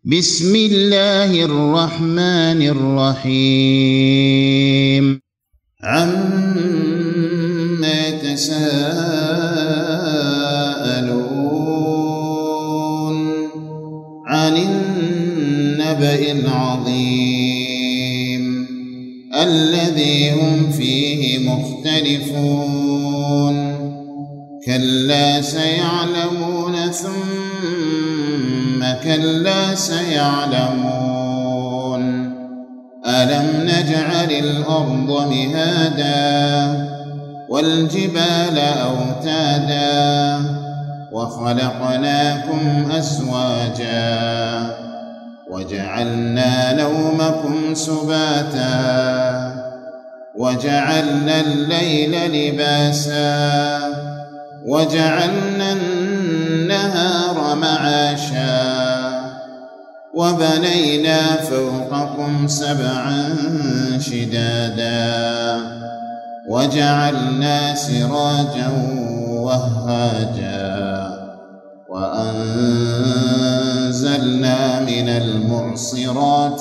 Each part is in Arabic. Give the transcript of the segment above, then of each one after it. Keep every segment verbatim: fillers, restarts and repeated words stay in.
بسم الله الرحمن الرحيم عما يتساءلون عن النبأ العظيم الذي هم فيه مختلفون كلا سيعلمون ثم كلا سيعلمون ألم نجعل الأرض مهادا والجبال أوتادا وخلقناكم أزواجا وجعلنا نومكم سباتا وجعلنا الليل لباسا وجعلنا النهار معاشا وبنينا فوقكم سبعا شدادا وجعلنا سراجا وهاجا وأنزلنا من المعصرات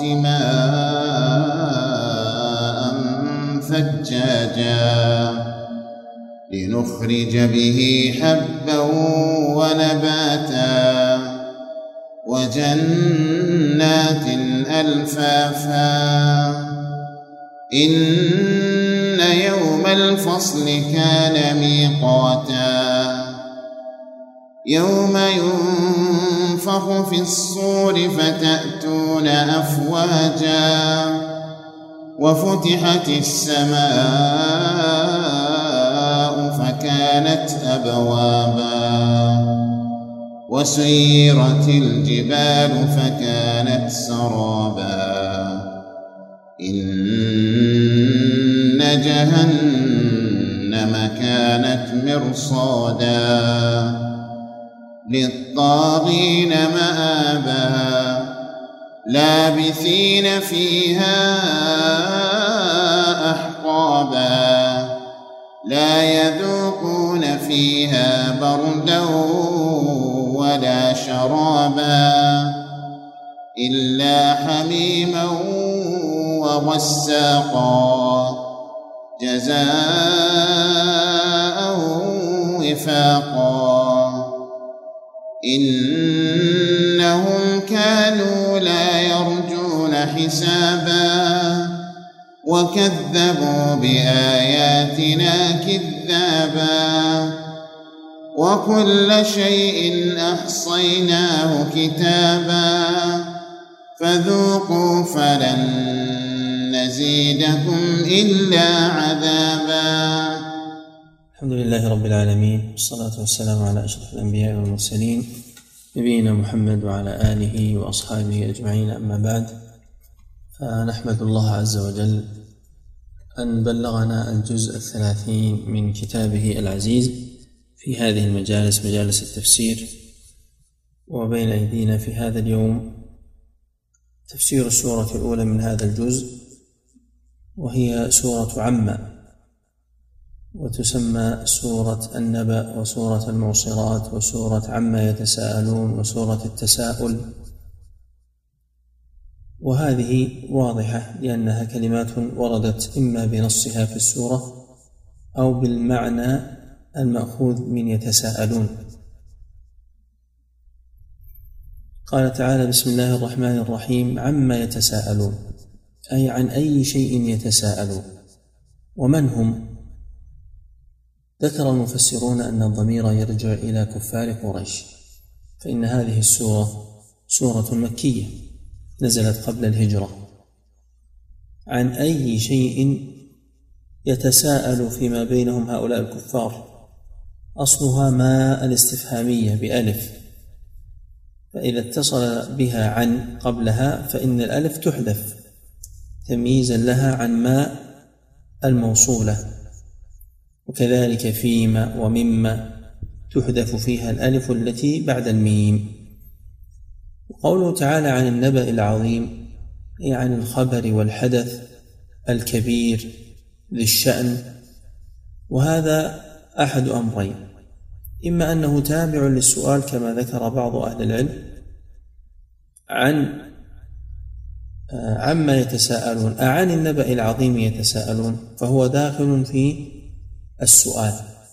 ماء ثجاجا لنخرج به حبا ونباتا وجنات ألفافا إن يوم الفصل كان ميقاتا يوم ينفخ في الصور فتأتون أفواجا وفتحت السماء فكانت أبوابا وسيرت الجبال فكانت سرابا إن جهنم كانت مرصادا للطاغين مآبا لابثين فيها أحقابا لا يذوقون فيها بردا ولا شرابا إلا حميما وغساقا جزاء وفاقا إنهم كانوا لا يرجون حسابا وكذبوا بآياتنا كذابا وكل شيء أحصيناه كتابا فذوقوا فلن نزيدكم إلا عذابا. الحمد لله رب العالمين والصلاة والسلام على أشرف الأنبياء والمرسلين نبينا محمد وعلى آله وأصحابه أجمعين، أما بعد، فنحمد الله عز وجل أن بلغنا الجزء الثلاثين من كتابه العزيز في هذه المجالس، مجالس التفسير، وبين أيدينا في هذا اليوم تفسير السورة الأولى من هذا الجزء، وهي سورة عما، وتسمى سورة النبأ وسورة المعصرات وسورة عما يتساءلون وسورة التساؤل. وهذه واضحة لأنها كلمات وردت إما بنصها في السورة أو بالمعنى المأخوذ من يتساءلون. قال تعالى: بسم الله الرحمن الرحيم عما يتساءلون، أي عن أي شيء يتساءلون. ومن هم؟ ذكر المفسرون أن الضمير يرجع إلى كفار قريش، فإن هذه السورة سورة مكية نزلت قبل الهجرة. عن أي شيء يتساءل فيما بينهم هؤلاء الكفار، أصلها ما الاستفهامية بألف، فإذا اتصل بها عن قبلها فإن الألف تحذف تمييزا لها عن ما الموصولة، وكذلك فيما ومما تحذف فيها الألف التي بعد الميم. وقوله تعالى عن النبأ العظيم أي عن الخبر والحدث الكبير ذي الشأن، وهذا أحد أمرين: إما أنه تابع للسؤال كما ذكر بعض أهل العلم، عن عما يتساءلون أعن النبأ العظيم يتساءلون، فهو داخل في السؤال.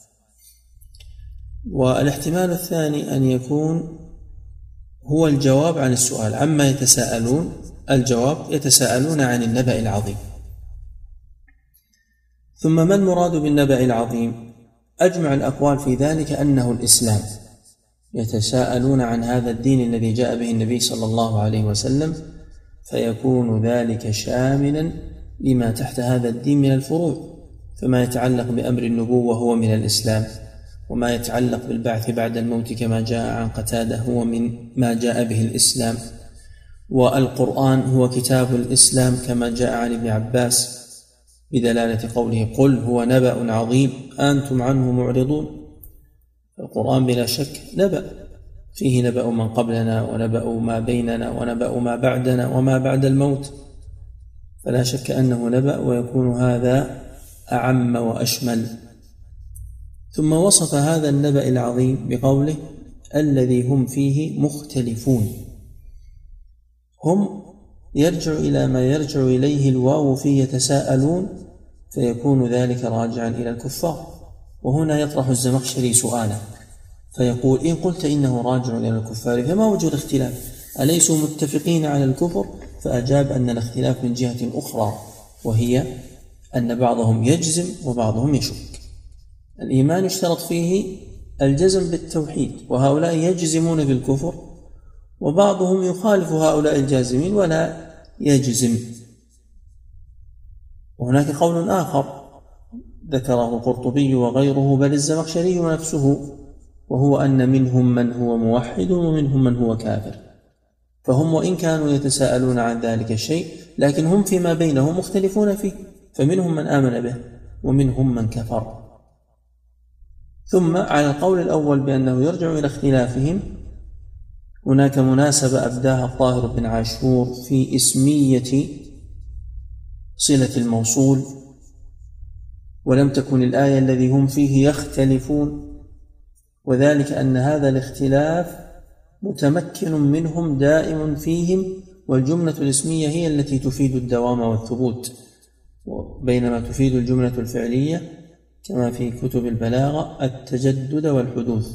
والاحتمال الثاني أن يكون هو الجواب عن السؤال، عما يتساءلون الجواب يتساءلون عن النبأ العظيم. ثم ما المراد بالنبأ العظيم؟ أجمع الأقوال في ذلك أنه الإسلام، يتساءلون عن هذا الدين الذي جاء به النبي صلى الله عليه وسلم، فيكون ذلك شاملا لما تحت هذا الدين من الفروع، فما يتعلق بأمر النبوة هو من الإسلام، وما يتعلق بالبعث بعد الموت كما جاء عن قتادة هو من ما جاء به الإسلام، والقرآن هو كتاب الإسلام كما جاء عن ابن عباس بدلالة قوله قل هو نبأ عظيم أنتم عنه معرضون. القرآن بلا شك نبأ، فيه نبأ من قبلنا ونبأ ما بيننا ونبأ ما بعدنا وما بعد الموت، فلا شك أنه نبأ، ويكون هذا أعم وأشمل. ثم وصف هذا النبأ العظيم بقوله الذي هم فيه مختلفون. هم يرجع إلى ما يرجع إليه الواو فيه يتساءلون، فيكون ذلك راجعا إلى الكفار. وهنا يطرح الزمخشري سؤالا فيقول إن قلت إنه راجع إلى الكفار فما وجه الاختلاف؟ أليسوا متفقين على الكفر؟ فأجاب أن الاختلاف من جهة أخرى، وهي أن بعضهم يجزم وبعضهم يشك. الإيمان يشترط فيه الجزم بالتوحيد، وهؤلاء يجزمون بالكفر، وبعضهم يخالف هؤلاء الجازمين ولا يجزم. وهناك قول آخر ذكره القرطبي وغيره بل الزمخشري نفسه، وهو أن منهم من هو موحد ومنهم من هو كافر، فهم وإن كانوا يتساءلون عن ذلك الشيء لكن هم فيما بينهم مختلفون فيه، فمنهم من آمن به ومنهم من كفر. ثم على القول الأول بأنه يرجع إلى اختلافهم، هناك مناسبة أبداها الطاهر بن عاشور في اسمية صلة الموصول، ولم تكن الآية الذي هم فيه يختلفون، وذلك أن هذا الاختلاف متمكن منهم دائم فيهم، والجملة الاسمية هي التي تفيد الدوام والثبوت، بينما تفيد الجملة الفعلية كما في كتب البلاغة التجدد والحدوث.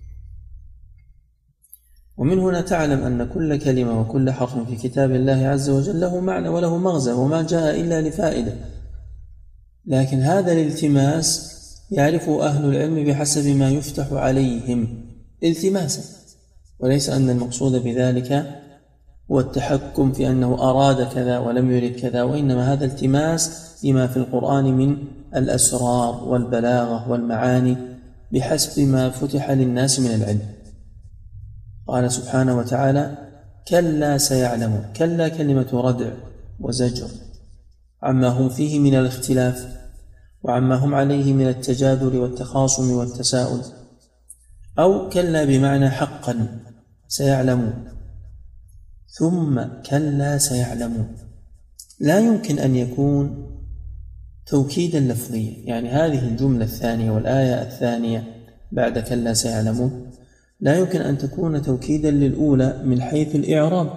ومن هنا تعلم أن كل كلمة وكل حرف في كتاب الله عز وجل له معنى وله مغزى، وما جاء إلا لفائدة، لكن هذا الالتماس يعرفه أهل العلم بحسب ما يفتح عليهم التماسا، وليس أن المقصود بذلك هو التحكم في أنه أراد كذا ولم يرد كذا، وإنما هذا التماس لما في القرآن من الأسرار والبلاغة والمعاني بحسب ما فتح للناس من العلم. قال سبحانه وتعالى كلا سيعلمون، كلا كلمة ردع وزجر عما هم فيه من الاختلاف وعما هم عليه من التجادل والتخاصم والتساؤل، أو كلا بمعنى حقا سيعلمون، ثم كلا سيعلمون. لا يمكن أن يكون توكيدا لفظيا، يعني هذه الجملة الثانية والآية الثانية بعد كلا سيعلمون لا يمكن أن تكون توكيدا للأولى من حيث الإعراب،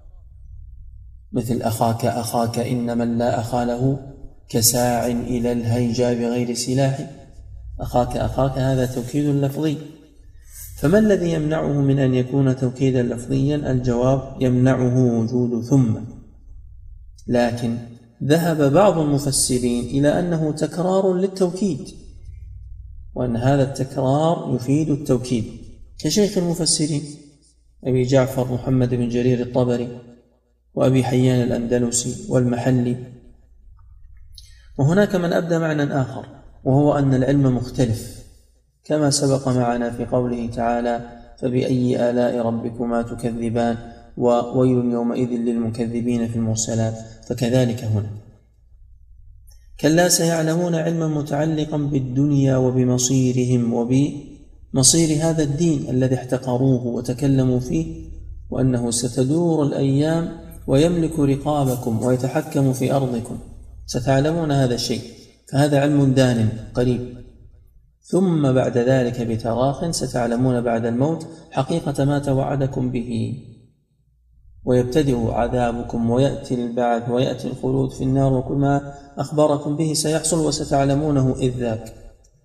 مثل أخاك أخاك إن من لا أخا له كساع إلى الهيجا بغير سلاح، أخاك أخاك هذا توكيد لفظي. فما الذي يمنعه من أن يكون توكيدا لفظيا؟ الجواب يمنعه وجود ثم، لكن ذهب بعض المفسرين إلى أنه تكرار للتوكيد، وأن هذا التكرار يفيد التوكيد، كشيخ المفسرين أبي جعفر محمد بن جرير الطبري وأبي حيان الأندلسي والمحلي. وهناك من أبدى معنى آخر، وهو أن العلم مختلف كما سبق معنا في قوله تعالى فبأي آلاء ربكما تكذبان وويل يومئذ للمكذبين في المرسلات، فكذلك هنا كلا سيعلمون علما متعلقا بالدنيا وبمصيرهم وبمصير هذا الدين الذي احتقروه وتكلموا فيه، وأنه ستدور الأيام ويملك رقابكم ويتحكم في أرضكم، ستعلمون هذا الشيء، فهذا علم دان قريب. ثم بعد ذلك بتراخ ستعلمون بعد الموت حقيقة ما توعدكم به. ويبتدئ عذابكم ويأتي البعث ويأتي الخلود في النار وكل ما أخبركم به سيحصل وستعلمونه إذ ذاك.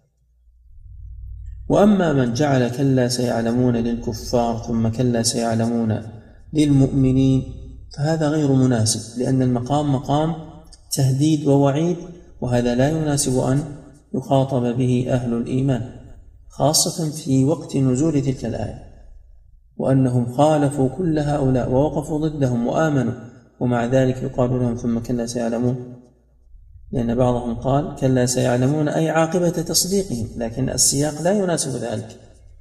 وأما من جعل كلا سيعلمون للكفار ثم كلا سيعلمون للمؤمنين فهذا غير مناسب، لأن المقام مقام تهديد ووعيد، وهذا لا يناسب أن يخاطب به أهل الإيمان، خاصة في وقت نزول تلك الآية، وأنهم خالفوا كل هؤلاء ووقفوا ضدهم وآمنوا، ومع ذلك يقال لهم ثم كلا سيعلمون، لأن بعضهم قال كلا سيعلمون أي عاقبة تصديقهم، لكن السياق لا يناسب ذلك.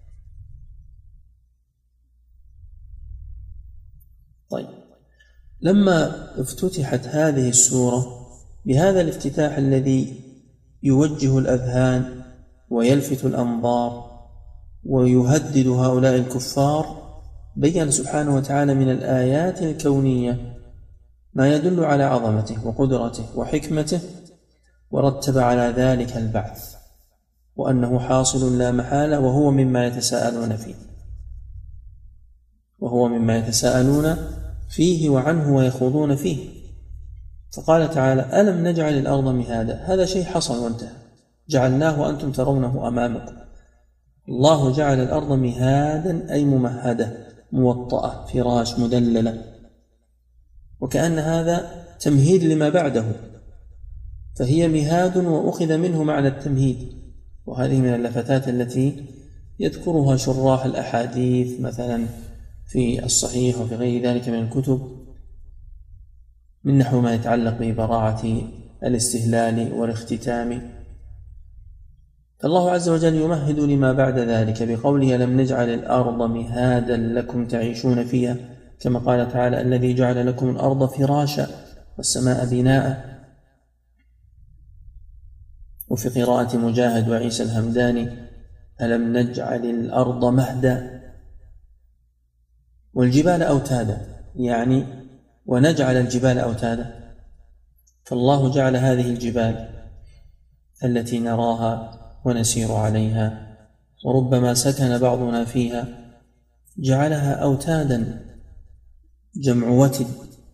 طيب، لما افتتحت هذه السورة بهذا الافتتاح الذي يوجه الأذهان ويلفت الأنظار ويهدد هؤلاء الكفار، بيّن سبحانه وتعالى من الآيات الكونية ما يدل على عظمته وقدرته وحكمته، ورتب على ذلك البعث، وأنه حاصل لا محالة، وهو مما يتساءلون فيه وهو مما يتساءلون فيه وعنه ويخوضون فيه. فقال تعالى: ألم نجعل الأرض مهادا؟ هذا شيء حصل وانتهى، جعلناه وأنتم ترونه أمامكم. الله جعل الأرض مهادا أي ممهدة موطأة فراش مدللة، وكأن هذا تمهيد لما بعده، فهي مهاد وأخذ منه معنى التمهيد. وهذه من اللفتات التي يذكرها شراح الأحاديث مثلا في الصحيح وفي غير ذلك من الكتب، من نحو ما يتعلق ببراعة الاستهلال والاختتام. فالله عز وجل يمهد لما بعد ذلك بقوله: لم نجعل الأرض مهادا لكم تعيشون فيها، كما قال تعالى: الذي جعل لكم الأرض فراشا والسماء بناء. وفي قراءة مجاهد وعيسى الهمداني: ألم نجعل الأرض مهدا. والجبال أوتادا، يعني ونجعل الجبال أوتادا، فالله جعل هذه الجبال التي نراها ونسير عليها وربما سكن بعضنا فيها، جعلها أوتادا جمع وتد،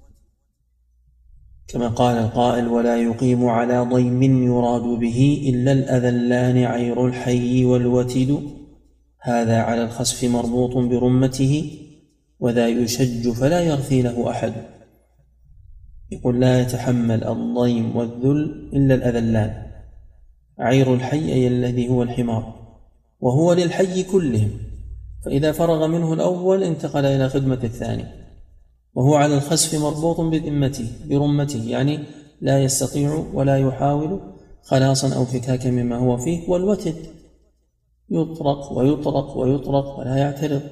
كما قال القائل: ولا يقيم على ضيم يراد به إلا الأذلان عير الحي والوتد، هذا على الخسف مربوط برمته وذا يشج فلا يرثي له أحد. يقول: لا يتحمل الضيم والذل إلا الأذلان، عير الحي أي الذي هو الحمار، وهو للحي كلهم، فإذا فرغ منه الأول انتقل إلى خدمة الثاني، وهو على الخسف مربوط بذمته برمته، يعني لا يستطيع ولا يحاول خلاصا أو فكاكا مما هو فيه. والوتد يطرق ويطرق ويطرق ولا يعترض،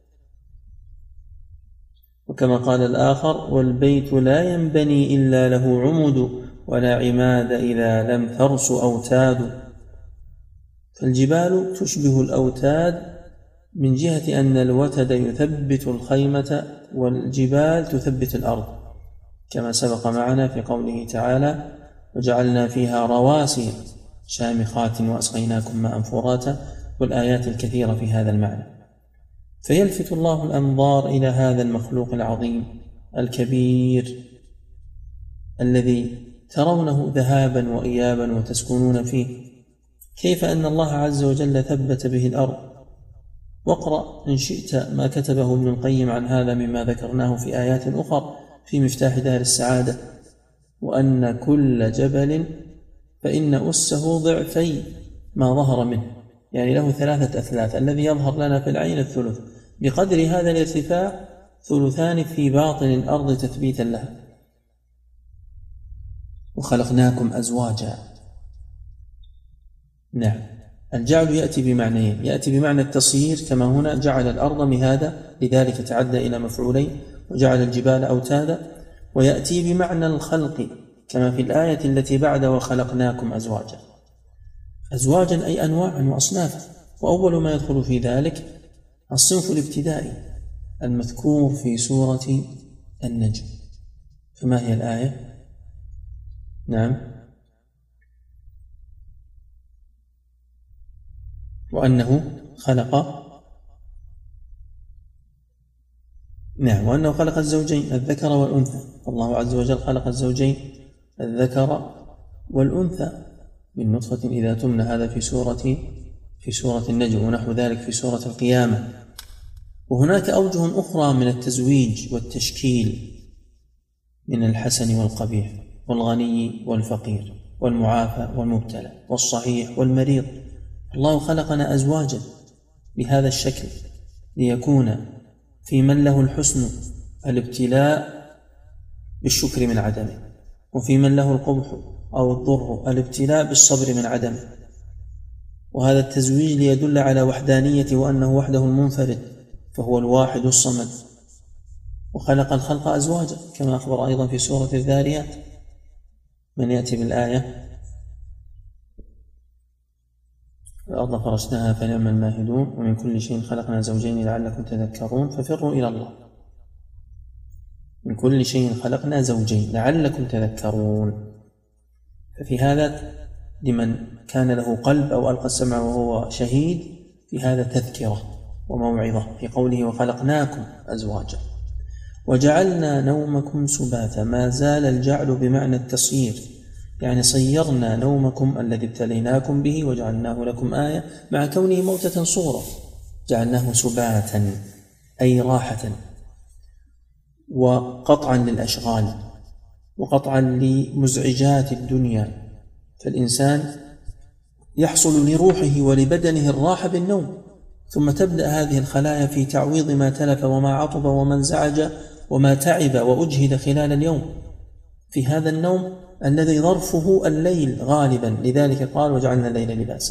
وكما قال الآخر: والبيت لا ينبني إلا له عمد ولا عماد إذا لم ترس أوتاد. فالجبال تشبه الأوتاد من جهة أن الوتد يثبت الخيمة والجبال تثبت الأرض، كما سبق معنا في قوله تعالى: وجعلنا فيها رواسي شامخات وأسقيناكم ماء فراتا، والآيات الكثيرة في هذا المعنى. فيلفت الله الأنظار إلى هذا المخلوق العظيم الكبير الذي ترونه ذهابا وإيابا وتسكنون فيه، كيف أن الله عز وجل ثبت به الأرض. واقرأ إن شئت ما كتبه ابن القيم عن هذا مما ذكرناه في آيات أخرى في مفتاح دار السعادة: وأن كل جبل فإن أسه ضعفي ما ظهر منه، يعني له ثلاثة أثلاث، الذي يظهر لنا في العين الثلث، بقدر هذا الارتفاع ثلثان في باطن الأرض تثبيتا لها. وخلقناكم أزواجا. نعم، الجعل يأتي بمعنيين: يأتي بمعنى التصيير كما هنا جعل الأرض مهادا، لذلك تعدى إلى مفعولين، وجعل الجبال أوتادا، ويأتي بمعنى الخلق كما في الآية التي بعد وخلقناكم أزواجا. أزواجا أي أنواعا وأصنافا، وأول ما يدخل في ذلك الصنف الابتدائي المذكور في سورة النجم. فما هي الآية؟ نعم: وأنه خلق نعم، وأنه خلق الزوجين الذكر والأنثى. الله عز وجل خلق الزوجين الذكر والأنثى من نطفة إذا تمنى، هذا في سورة في سورة النجم، ونحو ذلك في سورة القيامة. وهناك أوجه أخرى من التزويج والتشكيل من الحسن والقبيح والغني والفقير والمعافى والمبتلى والصحيح والمريض. الله خلقنا أزواجا بهذا الشكل ليكون في من له الحسن الابتلاء بالشكر من عدمه، وفي من له القبح أو الضر الابتلاء بالصبر من عدمه. وهذا التزويج ليدل على وحدانية وأنه وحده المنفرد، فهو الواحد الصمد. وخلق الخلق أزواجا كما أخبر أيضا في سورة الذاريات. من يأتي بالآية: الأرض فرشناها فنعم الماهدون ومن كل شيء خلقنا زوجين لعلكم تذكرون ففروا إلى الله. من كل شيء خلقنا زوجين لعلكم تذكرون. ففي هذا لمن كان له قلب أو ألقى السمع وهو شهيد، في هذا تذكرة وموعظة في قوله: وخلقناكم أزواجا وجعلنا نومكم سباتا. ما زال الجعل بمعنى التصيير، يعني صيرنا نومكم الذي ابتليناكم به وجعلناه لكم آية، مع كونه موتة صورة جعلناه سباتا أي راحة وقطعا للأشغال وقطعا لمزعجات الدنيا. فالإنسان يحصل لروحه ولبدنه الراحة بالنوم، ثم تبدأ هذه الخلايا في تعويض ما تلف وما عطب وما انزعج وما تعب وأجهد خلال اليوم في هذا النوم الذي ظرفه الليل غالبا. لذلك قال: وجعلنا الليل لباسا.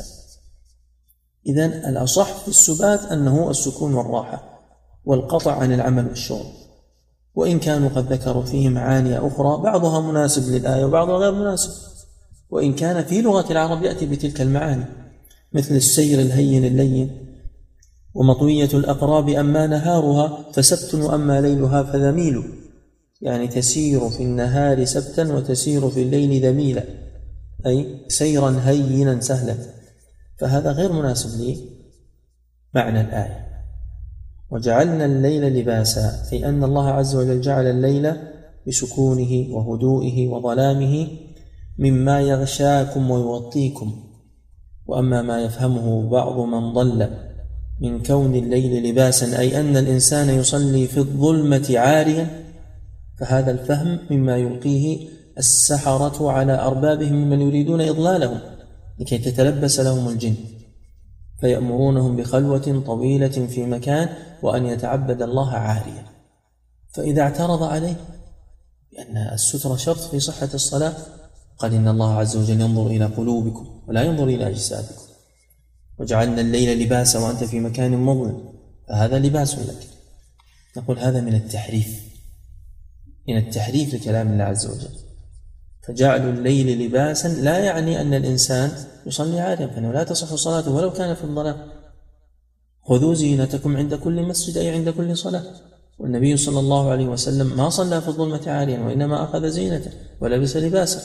إذن الأصح في السبات أنه السكون والراحة والقطع عن العمل والشغل، وإن كانوا قد ذكروا فيه معاني أخرى بعضها مناسب للآية وبعضها غير مناسب، وإن كان في لغة العرب يأتي بتلك المعاني، مثل السير الهين اللين، ومطوية الأقراب أما نهارها فسبت وأما ليلها فذميل، يعني تسير في النهار سبتا وتسير في الليل ذميلا، أي سيرا هينا سهلا. فهذا غير مناسب لي معنى الآية. وجعلنا الليل لباسا، أي أن الله عز وجل جعل الليل بسكونه وهدوئه وظلامه مما يغشاكم ويغطيكم. وأما ما يفهمه بعض من ضل من كون الليل لباسا، أي أن الإنسان يصلي في الظلمة عاريا، فهذا الفهم مما يلقيه السحرة على أربابهم ممن يريدون إضلالهم لكي تتلبس لهم الجن، فيأمرونهم بخلوة طويلة في مكان وأن يتعبد الله عاريا. فإذا اعترض عليه بأن الستر شرط في صحة الصلاة، قال: إن الله عز وجل ينظر إلى قلوبكم ولا ينظر إلى أجسادكم. وجعلنا الليل لباسا وأنت في مكان مظلم، فهذا لباس لك. نقول هذا من التحريف، من التحريف لكلام الله عز وجل. فجعل الليل لباسا لا يعني أن الإنسان يصلي عاريا، فإنه لا تصح صلاته ولو كان في الظلام. خذوا زينتكم عند كل مسجد، أي عند كل صلاة. والنبي صلى الله عليه وسلم ما صلى في الظلمة عاريا، وإنما أخذ زينته ولبس لباسا،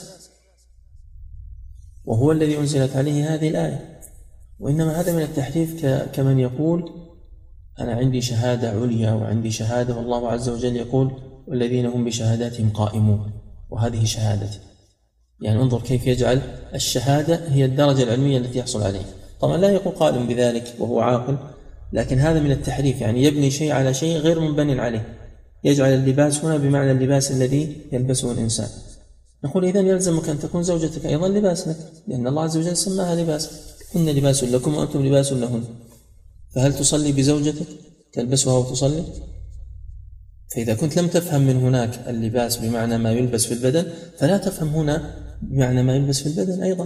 وهو الذي أنزلت عليه هذه الآية. وإنما هذا من التحريف كمن يقول: أنا عندي شهادة عليا وعندي شهادة، والله عز وجل يقول: والذين هم بشهاداتهم قائمون، وهذه شهادتي. يعني انظر كيف يجعل الشهادة هي الدرجة العلمية التي يحصل عليها. طبعا لا يقول قائم بذلك وهو عاقل، لكن هذا من التحريف، يعني يبني شيء على شيء غير منبني عليه، يجعل اللباس هنا بمعنى اللباس الذي يلبسه الإنسان. نقول: إذن يلزمك أن تكون زوجتك أيضا لباس لك، لأن الله عز وجل سماها لباس: هن لباس لكم وأنتم لباس لهن. فهل تصلي بزوجتك تلبسها وتصلي؟ فإذا كنت لم تفهم من هناك اللباس بمعنى ما يلبس في البدن، فلا تفهم هنا بمعنى ما يلبس في البدن أيضا.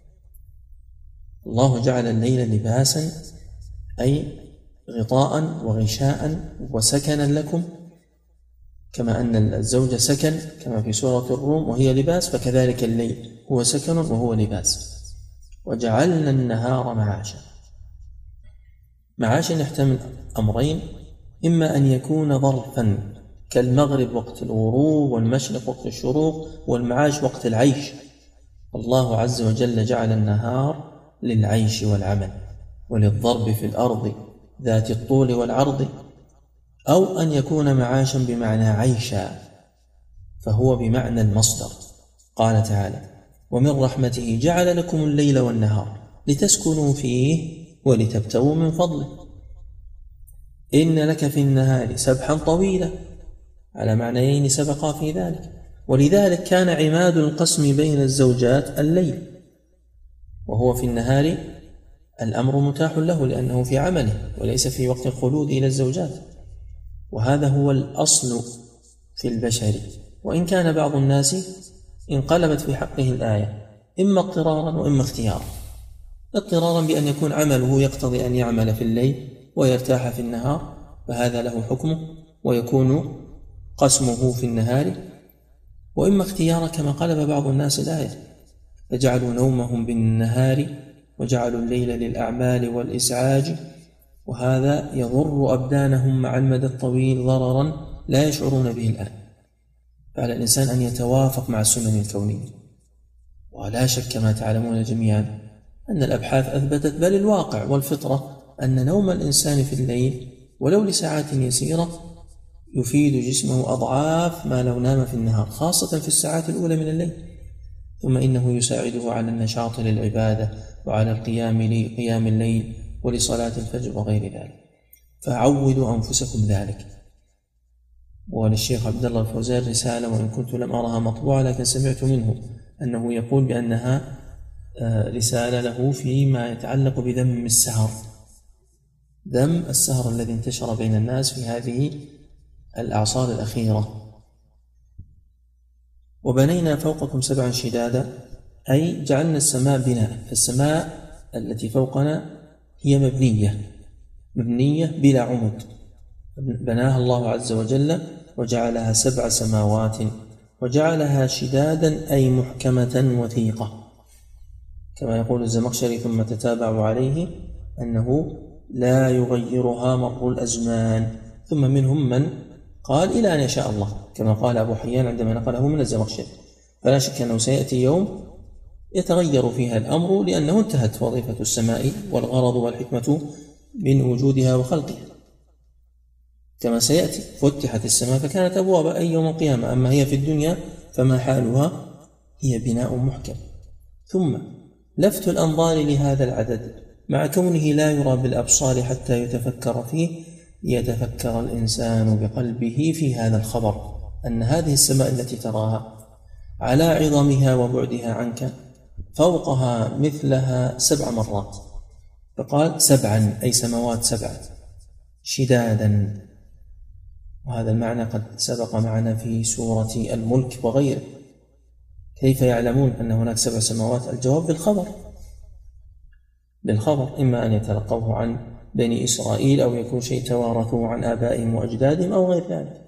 الله جعل الليل لباسا، أي غطاء وغشاء وسكنا لكم، كما أن الزوجة سكن كما في سورة الروم وهي لباس، فكذلك الليل هو سكن وهو لباس. وجعلنا النهار معاشا. معاشا يحتمل أمرين: إما أن يكون ظرفا كالمغرب وقت الغروب والمشرق وقت الشروق والمعاش وقت العيش. الله عز وجل جعل النهار للعيش والعمل وللضرب في الأرض ذات الطول والعرض، أو أن يكون معاشا بمعنى عيشا، فهو بمعنى المصدر. قال تعالى: ومن رحمته جعل لكم الليل والنهار لتسكنوا فيه ولتبتغوا من فضله إن لك في النهار سبحا طويلا، على معنيين سبقا في ذلك. ولذلك كان عماد القسم بين الزوجات الليل، وهو في النهار الأمر متاح له لأنه في عمله وليس في وقت الخلود إلى الزوجات، وهذا هو الأصل في البشر. وإن كان بعض الناس انقلبت في حقه الآية إما اضطرارا وإما اختيارا. اضطرارا بأن يكون عمله يقتضي أن يعمل في الليل ويرتاح في النهار، فهذا له حكمه ويكون قسمه في النهار. وإما اختيارا كما قلب بعض الناس الآية فجعلوا نومهم بالنهار وجعلوا الليل للأعمال والإسعاج، وهذا يضر أبدانهم مع المدى الطويل ضررا لا يشعرون به الآن. فعلى الإنسان أن يتوافق مع السنن الكونية. ولا شك كما تعلمون جميعا أن الأبحاث أثبتت، بل الواقع والفطرة، أن نوم الإنسان في الليل ولو لساعات يسيرة يفيد جسمه أضعاف ما لو نام في النهار، خاصة في الساعات الأولى من الليل. ثم إنه يساعده على النشاط للعبادة وعلى القيام لقيام الليل ولصلاة الفجر وغير ذلك. فعودوا أنفسكم ذلك. وللشيخ عبد الله الفوزان رسالة، وإن كنت لم أرها مطبوعة لكن سمعت منه أنه يقول بأنها رسالة له فيما يتعلق بذم السهر، ذم السهر الذي انتشر بين الناس في هذه الأعصار الأخيرة. وبنينا فوقكم سبعا شدادا، أي جعلنا السماء بناء. فالسماء التي فوقنا هي مبنية مبنية بلا عمد، بناها الله عز وجل وجعلها سبع سماوات وجعلها شدادا أي محكمة وثيقة، كما يقول الزمخشري: ثم تتابع عليه أنه لا يغيرها مر الأزمان. ثم منهم من قال إلى أن يشاء الله، كما قال أبو حيان عندما نقله من الزمخشري. فلا شك أنه سيأتي يوم يتغير فيها الأمر، لأنه انتهت وظيفة السماء والغرض والحكمة من وجودها وخلقها، كما سيأتي فتحت السماء فكانت أبواب أي يوم القيامة. أما هي في الدنيا فما حالها؟ هي بناء محكم. ثم لفت الأنظار لهذا العدد مع كونه لا يرى بالأبصار حتى يتفكر فيه، ليتفكر الإنسان بقلبه في هذا الخبر، أن هذه السماء التي تراها على عظمها وبعدها عنك فوقها مثلها سبع مرات، فقال سبعا أي سماوات سبعة شدادا. وهذا المعنى قد سبق معنا في سورة الملك وغيره. كيف يعلمون أن هناك سبع سماوات؟ الجواب بالخبر بالخبر إما أن يتلقوه عن بني إسرائيل أو يكون شيء توارثوه عن آبائهم وأجدادهم أو غير ذلك.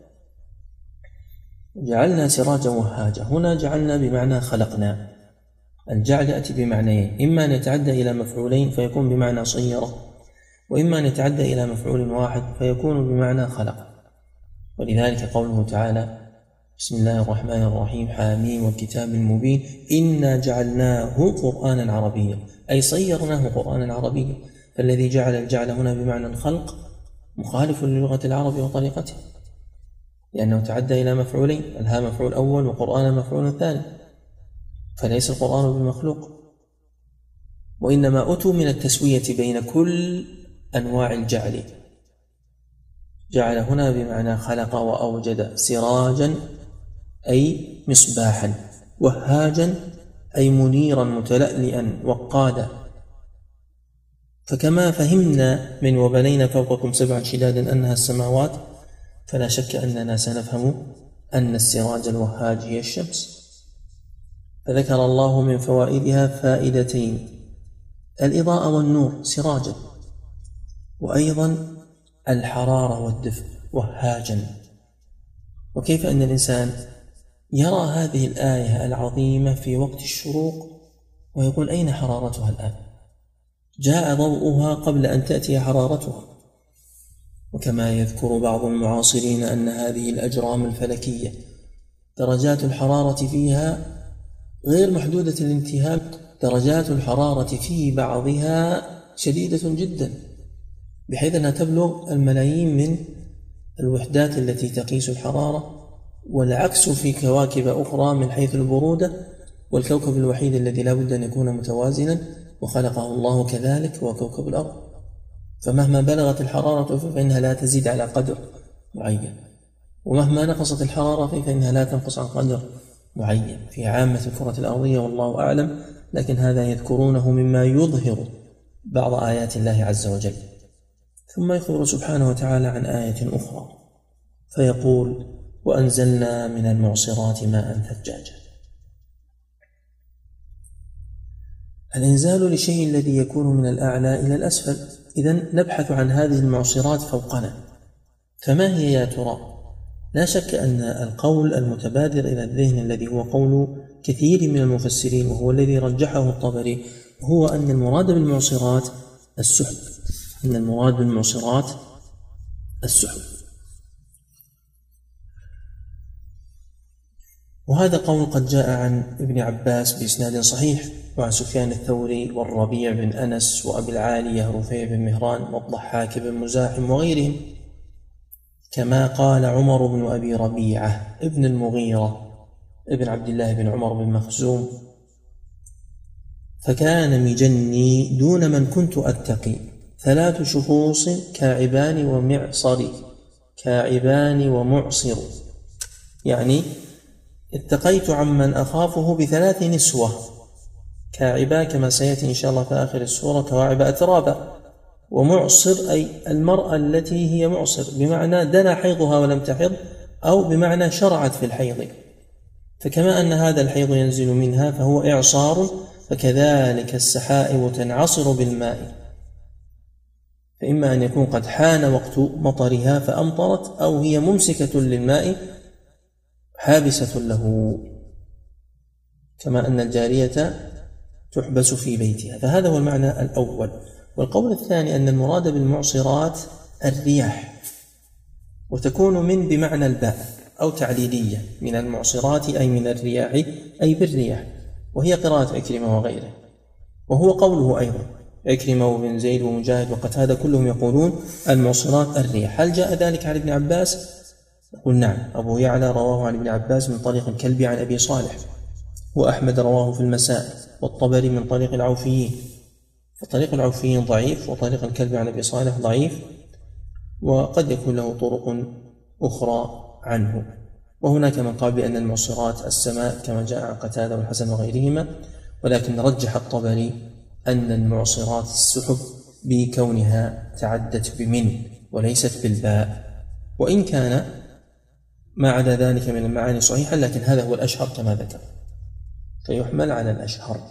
جعلنا سراجا وهاجا، هنا جعلنا بمعنى خلقنا. الجعل يأتي بمعنيين، إما أن يتعدى إلى مفعولين فيكون بمعنى صيرة، وإما أن يتعدى إلى مفعول واحد فيكون بمعنى خلق. ولذلك قوله تعالى: بسم الله الرحمن الرحيم حاميم والكتاب المبين إنا جعلناه قرآنا عربيا، أي صيرناه قرآنا عربيا. فالذي جعل الجعل هنا بمعنى الخلق مخالف للغة العرب وطريقته، لأنه تعدى إلى مفعولين، الها مفعول أول وقرآن مفعول ثاني، فليس القرآن بمخلوق، وإنما أتوا من التسوية بين كل أنواع الجعل. جعل هنا بمعنى خلق وأوجد، سراجا أي مصباحا، وهاجا أي منيرا متلألئا وقادا. فكما فهمنا من وبنينا فوقكم سبعا شدادا أنها السماوات، فلا شك أننا سنفهم أن السراج الوهاج هي الشمس. فذكر الله من فوائدها فائدتين: الإضاءة والنور سراجا، وأيضا الحرارة والدفء وهاجا. وكيف أن الإنسان يرى هذه الآية العظيمة في وقت الشروق ويقول أين حرارتها الآن؟ جاء ضوءها قبل أن تأتي حرارتها. وكما يذكر بعض المعاصرين أن هذه الأجرام الفلكية درجات الحرارة فيها غير محدودة الانتهاء، درجات الحرارة في بعضها شديدة جدا، بحيث أنها تبلغ الملايين من الوحدات التي تقيس الحرارة، والعكس في كواكب أخرى من حيث البرودة، والكوكب الوحيد الذي لا بد أن يكون متوازنا وخلقه الله كذلك هو كوكب الأرض، فمهما بلغت الحرارة فإنها لا تزيد على قدر معين، ومهما نقصت الحرارة فإنها لا تنقص عن قدر معين في عامة الكرة الأرضية والله أعلم، لكن هذا يذكرونه مما يظهر بعض آيات الله عز وجل. ثم يخبر سبحانه وتعالى عن آية أخرى فيقول: وأنزلنا من المعصرات ماء ثجاجا. الإنزال لشيء الذي يكون من الأعلى إلى الأسفل، إذن نبحث عن هذه المعصرات فوقنا، فما هي يا ترى؟ لا شك أن القول المتبادر إلى الذهن الذي هو قول كثير من المفسرين وهو الذي رجحه الطبري هو أن المراد بالمعصرات السحب، أن المراد بالمعصرات السحب، وهذا قول قد جاء عن ابن عباس بإسناد صحيح، وعن سفيان الثوري والربيع بن أنس وأبي العالية رفيع بن مهران والضحاك بن مزاحم وغيرهم، كما قال عمر بن أبي ربيعة ابن المغيرة ابن عبد الله بن عمر بن مخزوم: فكان مجني دون من كنت أتقي ثلاث شخوص كاعبان ومعصر كاعبان ومعصر، يعني اتقيت عمن أخافه بثلاث نسوة، كاعبا كما سيأتي إن شاء الله في آخر السورة كواعب أترابا، ومعصر أي المرأة التي هي معصر بمعنى دنا حيضها ولم تحض، أو بمعنى شرعت في الحيض، فكما أن هذا الحيض ينزل منها فهو إعصار، فكذلك السحائب تنعصر بالماء، فإما أن يكون قد حان وقت مطرها فأمطرت، أو هي ممسكة للماء حابسة له، كما أن الجارية تحبس في بيتها، فهذا هو المعنى الأول. والقول الثاني أن المراد بالمعصرات الرياح، وتكون من بمعنى الباء أو تعليلية، من المعصرات أي من الرياح أي بالرياح، وهي قراءة عكرمة وغيره، وهو قوله أيضا عكرمة وابن زيد ومجاهد وقتادة كلهم يقولون المعصرات الرياح. هل جاء ذلك عن ابن عباس؟ نقول نعم، أبو يعلى رواه عن ابن عباس من طريق الكلبي عن أبي صالح، وأحمد رواه في المسائل، والطبري من طريق العوفيين، فطريق العوفيين ضعيف، وطريق الكلبي عن أبي صالح ضعيف، وقد يكون له طرق أخرى عنه. وهناك من قال بأن المعصرات السماء كما جاء عن قتادة والحسن وغيرهما، ولكن رجح الطبري أن المعصرات السحب بكونها تعدت بمن وليست بالباء، وإن كان ما عدا ذلك من المعاني صحيحة، لكن هذا هو الأشهر كما ذكر، فيحمل على الأشهر.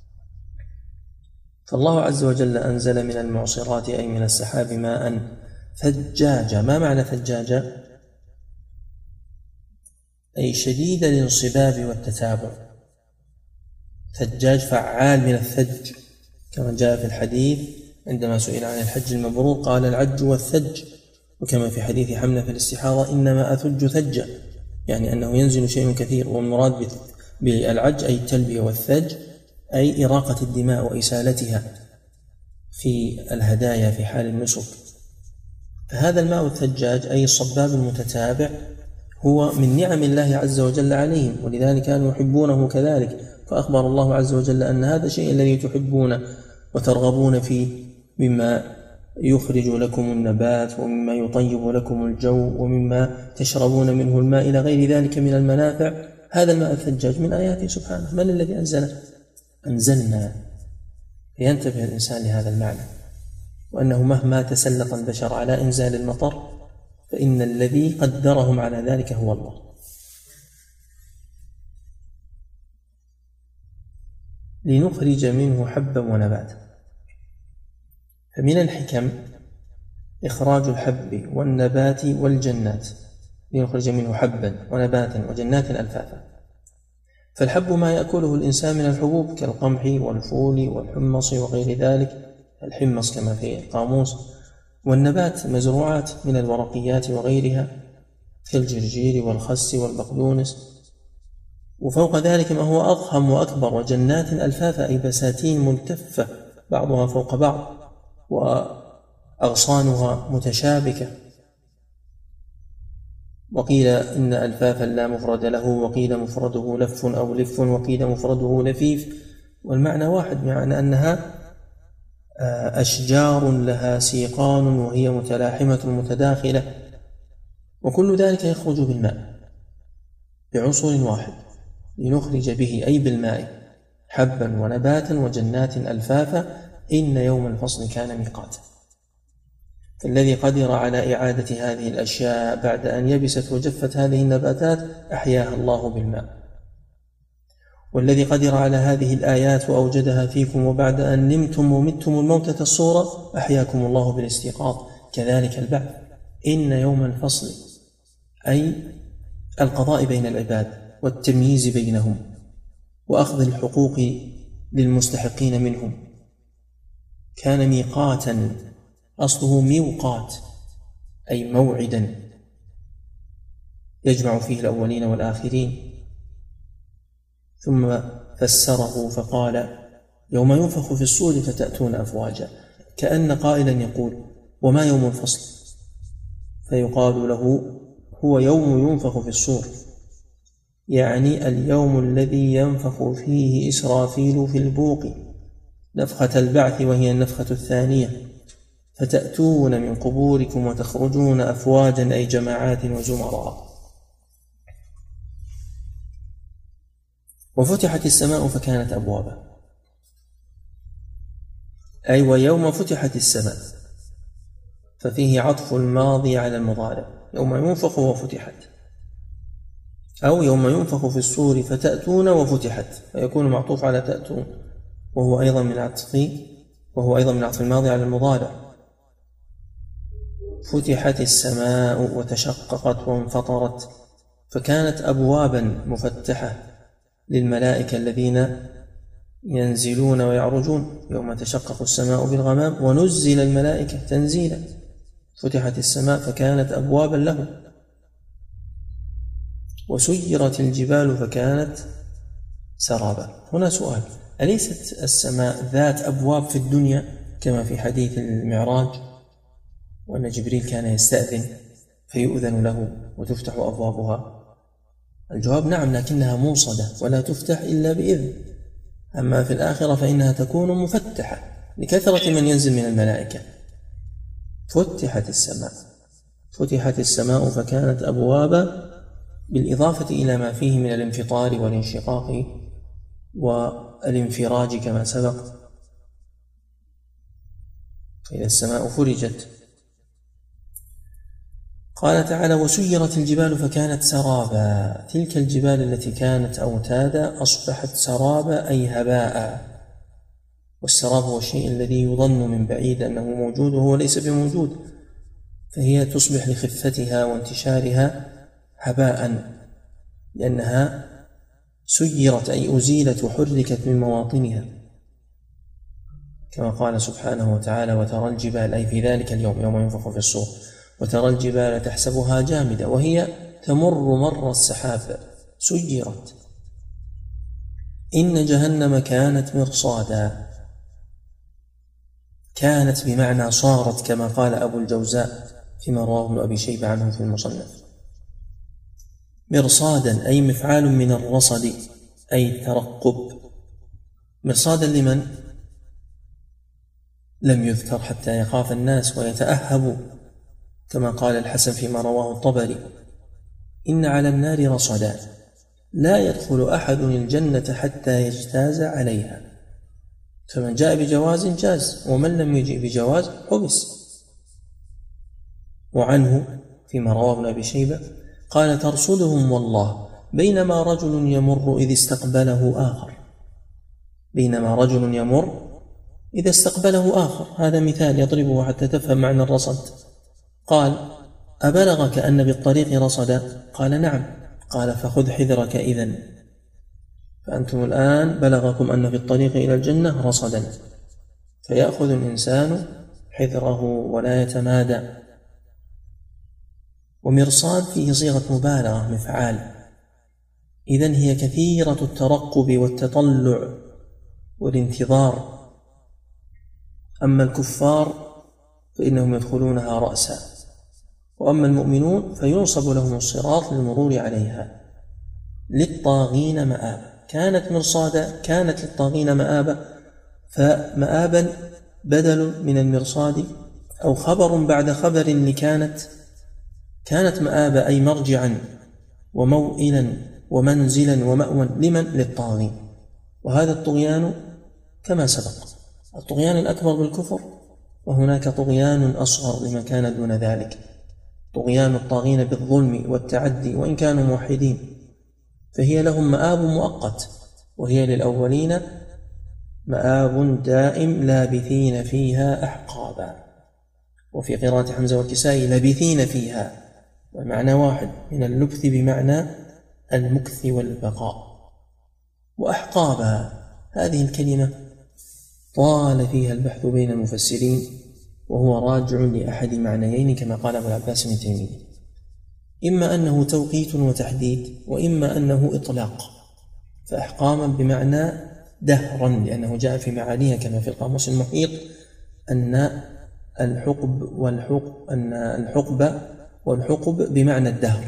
فالله عز وجل أنزل من المعصرات أي من السحاب ماء ثجاجا. ما معنى ثجاجا؟ أي شديد الانصباب والتتابع. ثجاج فعال من الثج، كما جاء في الحديث عندما سئل عن الحج المبرور قال العج والثج، وكما في حديث حملة في الاستحاضة إنما أثج ثجا، يعني أنه ينزل شيء كثير. والمراد بالعج أي التلبية، والثج أي إراقة الدماء وإسالتها في الهدايا في حال النسك. فهذا الماء الثجاج أي الصباب المتتابع هو من نعم الله عز وجل عليهم، ولذلك كانوا يحبونه كذلك، فأخبر الله عز وجل أن هذا الشيء الذي تحبون وترغبون فيه مما يخرج لكم النبات ومما يطيب لكم الجو ومما تشربون منه الماء إلى غير ذلك من المنافع، هذا الماء الثجاج من آياته سبحانه. من الذي أنزله؟ أنزلنا. فينتبه الإنسان لهذا المعنى، وأنه مهما تسلط البشر على إنزال المطر فإن الذي قدرهم على ذلك هو الله. لنخرج منه حبا ونباتا. فمن الحكم إخراج الحب والنبات والجنات، لنخرج منه حبا ونباتا وجنات ألفافا. فالحب ما يأكله الإنسان من الحبوب كالقمح والفول والحمص وغير ذلك، الحمص كما في القاموس، والنبات مزروعات من الورقيات وغيرها كالجرجير والخس والبقدونس. وفوق ذلك ما هو أضخم وأكبر، وجنات ألفافا أي بساتين ملتفة بعضها فوق بعض وأغصانها متشابكة. وقيل إن ألفافا لا مفرد له، وقيل مفرده لف أو لف، وقيل مفرده لفيف، والمعنى واحد، معنى أنها أشجار لها سيقان وهي متلاحمة متداخلة، وكل ذلك يخرج بالماء بعنصر واحد لنخرج به أي بالماء حبا ونباتا وجنات ألفافا، إن يوم الفصل كان ميقاتا. فالذي قدر على إعادة هذه الأشياء بعد أن يبست وجفت هذه النباتات أحياها الله بالماء، والذي قدر على هذه الآيات وأوجدها فيكم وبعد أن نمتم ومتم الموتة الصورة أحياكم الله بالاستيقاظ، كذلك البعث. إن يوم الفصل أي القضاء بين العباد والتمييز بينهم وأخذ الحقوق للمستحقين منهم كان ميقاتا، أصله ميقات أي موعدا يجمع فيه الأولين والآخرين. ثم فسره فقال يوم ينفخ في الصور فتأتون أفواجا، كأن قائلا يقول وما يوم الفصل؟ فيقال له هو يوم ينفخ في الصور، يعني اليوم الذي ينفخ فيه إسرافيل في البوق نفخة البعث، وهي النفخة الثانية، فتأتون من قبوركم وتخرجون أفواجا أي جماعات وزمرا. وفتحت السماء فكانت أبوابا، أي ويوم فتحت السماء، ففيه عطف الماضي على المضارع، يوم ينفخ وفتحت، أو يوم ينفخ في الصور فتأتون وفتحت، فيكون معطوف على تأتون، وهو أيضا من عطف وهو أيضا من عطف الماضي على المضارع. فتحت السماء وتشققت وانفطرت، فكانت أبوابا مفتحة للملائكة الذين ينزلون ويعرجون يوم تشقق السماء بالغمام، ونزل الملائكة تنزيلا. فتحت السماء فكانت أبوابا له. وسيرت الجبال فكانت سرابا. هنا سؤال: أليست السماء ذات أبواب في الدنيا كما في حديث المعراج وأن جبريل كان يستأذن فيؤذن له وتفتح أبوابها؟ الجواب نعم، لكنها موصدة ولا تفتح إلا بإذن. أما في الآخرة فإنها تكون مفتحة لكثرة من ينزل من الملائكة. فتحت السماء فتحت السماء فكانت أبوابا، بالإضافة إلى ما فيه من الانفطار والانشقاق والانفراج كما سبق. إذا السماء فرجت. قال تعالى: وسيرت الجبال فكانت سرابا. تلك الجبال التي كانت أوتادا أصبحت سرابا أي هباء. والسراب هو الشيء الذي يظن من بعيد أنه موجود وهو ليس بموجود، فهي تصبح لخفتها وانتشارها هباء، لأنها سيرت أي أزيلت وحركت من مواطنها، كما قال سبحانه وتعالى: وترى الجبال، أي في ذلك اليوم يوم ينفخ في الصور، وترى الجبال تحسبها جامدة وهي تمر مر السحاب، سيرت. إن جهنم كانت مرصادا. كانت بمعنى صارت، كما قال أبو الجوزاء فيما رواه ابن أبي شيبة عنه في المصنف. مرصادا أي مفعال من الرصد أي ترقب. مرصادا لمن؟ لم يذكر حتى يخاف الناس ويتأهبوا، كما قال الحسن فيما رواه الطبري: إن على النار رصدا لا يدخل أحد الجنة حتى يجتاز عليها، فمن جاء بجواز جاز، ومن لم يجئ بجواز حبس. وعنه فيما رواه ابن أبي شيبة قال: ترصدهم والله بينما رجل يمر إذ استقبله آخر. بينما رجل يمر إذا استقبله آخر، هذا مثال يضربه حتى تفهم معنى الرصد. قال: أبلغك أن بالطريق رصدا؟ قال: نعم. قال: فخذ حذرك إذن، فأنتم الآن بلغكم أن في الطريق إلى الجنة رصدا، فيأخذ الإنسان حذره ولا يتمادى. ومرصاد فيه صيغة مبالغة، مفعال، إذن هي كثيرة الترقب والتطلع والانتظار. أما الكفار فإنهم يدخلونها رأسا، وأما المؤمنون فينصب لهم الصراط للمرور عليها. للطاغين مآبا، كانت مرصادا، كانت للطاغين مآبا، فمآبا بدل من المرصاد أو خبر بعد خبر لكانت. كانت مآبا أي مرجعا وموئلا ومنزلا ومأوى لمن؟ للطاغين. وهذا الطغيان كما سبق، الطغيان الأكبر بالكفر، وهناك طغيان أصغر لما كان دون ذلك، طغيان الطاغين بالظلم والتعدي وإن كانوا موحدين، فهي لهم مآب مؤقت، وهي للأولين مآب دائم لابثين فيها أحقابا. وفي قراءة حمزة والكسائي لابثين فيها، والمعنى واحد من اللبث بمعنى المكث والبقاء. وأحقابا هذه الكلمة طال فيها البحث بين المفسرين، وهو راجع لأحد معنيين كما قال أبو العباس بن تيمية، إما أنه توقيت وتحديد، وإما أنه إطلاق. فأحقاما بمعنى دهرا، لأنه جاء في معانيها كما في القاموس المحيط أن الحقب والحق أن الحقب والحقب بمعنى الدهر،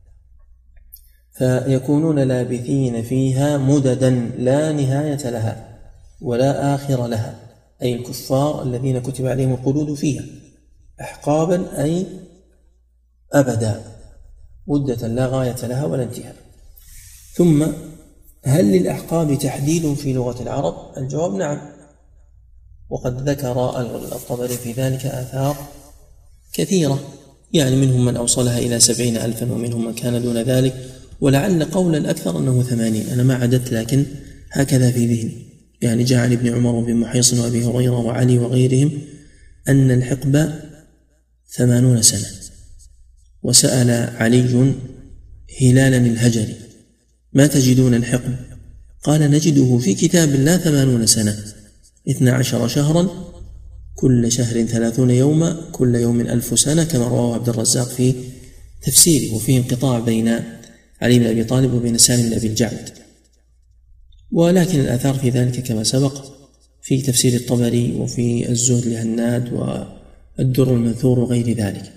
فيكونون لابثين فيها مددا لا نهاية لها ولا آخر لها، أي الكفار الذين كتب عليهم الخلود فيها. أحقابا أي أبدا، مدة لا غاية لها ولا انتهاء. ثم هل للأحقاب تحديد في لغة العرب؟ الجواب نعم، وقد ذكر الطبري في ذلك آثار كثيرة، يعني منهم من أوصلها إلى سبعين ألفا ومنهم من كان دون ذلك، ولعل قولا أكثر أنه ثمانين، أنا ما عددت لكن هكذا في ذهني. يعني جاء عن ابن عمر وابن محيص وأبي هريرة وعلي وغيرهم أن الحقبة ثمانون سنة. وسأل علي هلالا الهجري ما تجدون الحقب؟ قال نجده في كتاب الله ثمانون سنة، اثنى عشر شهرا، كل شهر ثلاثون يوما، كل يوم ألف سنة، كما رواه عبد الرزاق في تفسيره. وفيه انقطاع بين علي بن أبي طالب وبين سالم بن أبي الجعد، ولكن الآثار في ذلك كما سبق في تفسير الطبري وفي الزهد لهناد والدر المنثور وغير ذلك.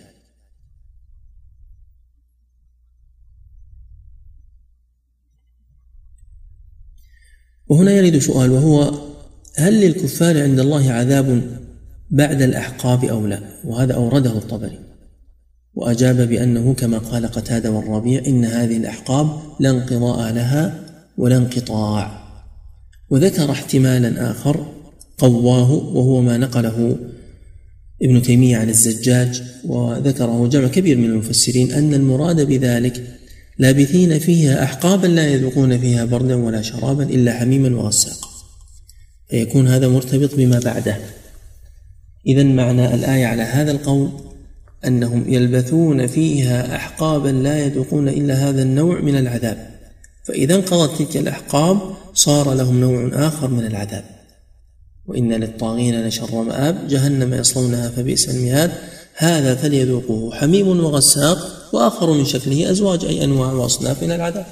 وهنا يرد سؤال، وهو هل للكفار عند الله عذاب بعد الأحقاب أو لا؟ وهذا أورده الطبري وأجاب بأنه كما قال قتادة والربيع إن هذه الأحقاب لا انقضاء لها ولا انقطاع. وذكر احتمالا آخر قواه، وهو ما نقله ابن تيمية عن الزجاج، وذكره جمع كبير من المفسرين، أن المراد بذلك لابثين فيها أحقابا لا يذوقون فيها بردا ولا شرابا إلا حميما وغساقا، فيكون هذا مرتبط بما بعده. إذن معنى الآية على هذا القول أنهم يلبثون فيها أحقابا لا يذوقون إلا هذا النوع من العذاب، فإذا انقضت تلك الأحقاب صار لهم نوع آخر من العذاب. وإن للطاغين لشر مآب، جهنم يصلونها فبئس المهاد، هذا فليذوقوه حميم وغساق، وآخر من شكله أزواج، أي أنواع وأصناف من العذاب.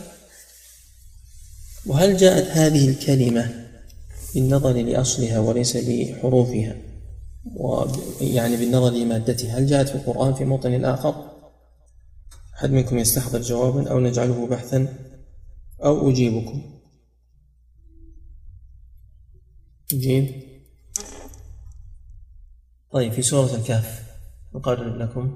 وهل جاءت هذه الكلمة بالنظر لأصلها وليس لحروفها، ويعني بالنظر لمادتها، هل جاءت في القرآن في موطن آخر؟ أحد منكم يستحضر جوابا أو نجعله بحثا أو أجيبكم؟ أجيب. طيب في سورة الكهف نقرب لكم،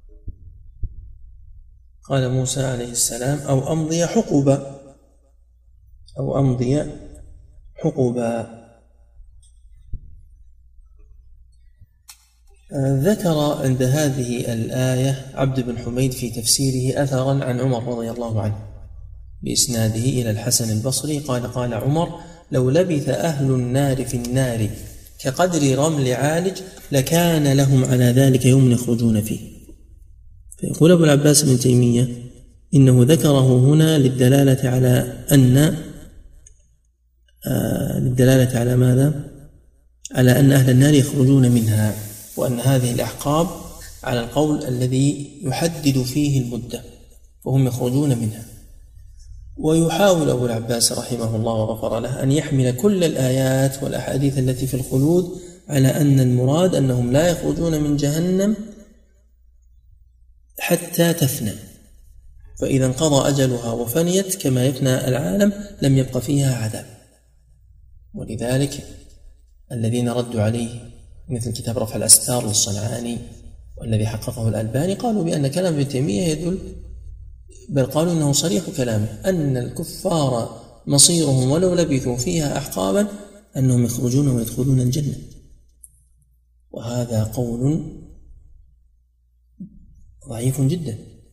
قال موسى عليه السلام أو أمضي حقبا، أو أمضي حقبا. ذكر عند هذه الآية عبد بن حميد في تفسيره أثرا عن عمر رضي الله عنه بإسناده إلى الحسن البصري قال قال عمر لو لبث أهل النار في النار كقدر رمل عالج لكان لهم على ذلك يوم يخرجون فيه. فيقول أبو العباس بن تيمية إنه ذكره هنا للدلالة على أن آه للدلالة على ماذا؟ على أن أهل النار يخرجون منها، وأن هذه الأحقاب على القول الذي يحدد فيه المدة، فهم يخرجون منها. ويحاول أبو العباس رحمه الله وغفر له أن يحمل كل الآيات والأحاديث التي في الخلود على أن المراد أنهم لا يخرجون من جهنم حتى تفنى، فإذا انقضى أجلها وفنيت كما يفنى العالم لم يبق فيها عذاب. ولذلك الذين ردوا عليه مثل كتاب رفع الأستار للصنعاني والذي حققه الألباني قالوا بأن كلام ابن تيمية يدل، بل قالوا إنه صريح كلامه أن الكفار مصيرهم ولو لبثوا فيها أحقابا أنهم يخرجون ويدخلون الجنة، وهذا قول ضعيف جدا.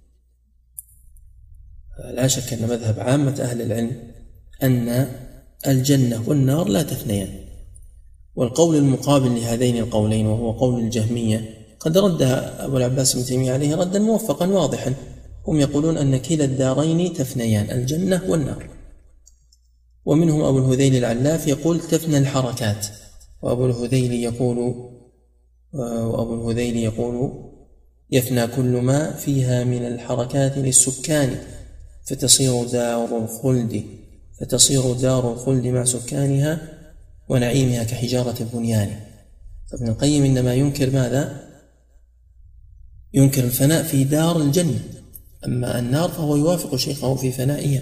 لا شك أن مذهب عامة أهل العلم أن الجنة والنار لا تفنيان. والقول المقابل لهذين القولين وهو قول الجهمية قد ردها أبو العباس بن تيمية عليه ردا موفقا واضحا. هم يقولون أن كلا الدارين تفنيان، الجنة والنار. ومنهم أبو الهذيل العلاف يقول تفنى الحركات، وأبو الهذيل يقول وأبو الهذيل يقول يفنى كل ما فيها من الحركات للسكان فتصير دار الخلد فتصير دار الخلد مع سكانها ونعيمها كحجارة البنيان. فابن القيم إنما ينكر ماذا؟ ينكر الفناء في دار الجنة، أما النار فهو يوافق شيخه في فنائها.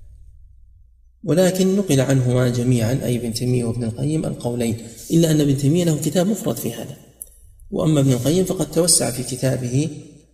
ولكن نقل عنهما جميعا أي ابن تيمية وابن القيم القولين، إلا أن ابن تيمية له كتاب مفرد في هذا، وأما ابن القيم فقد توسع في كتابه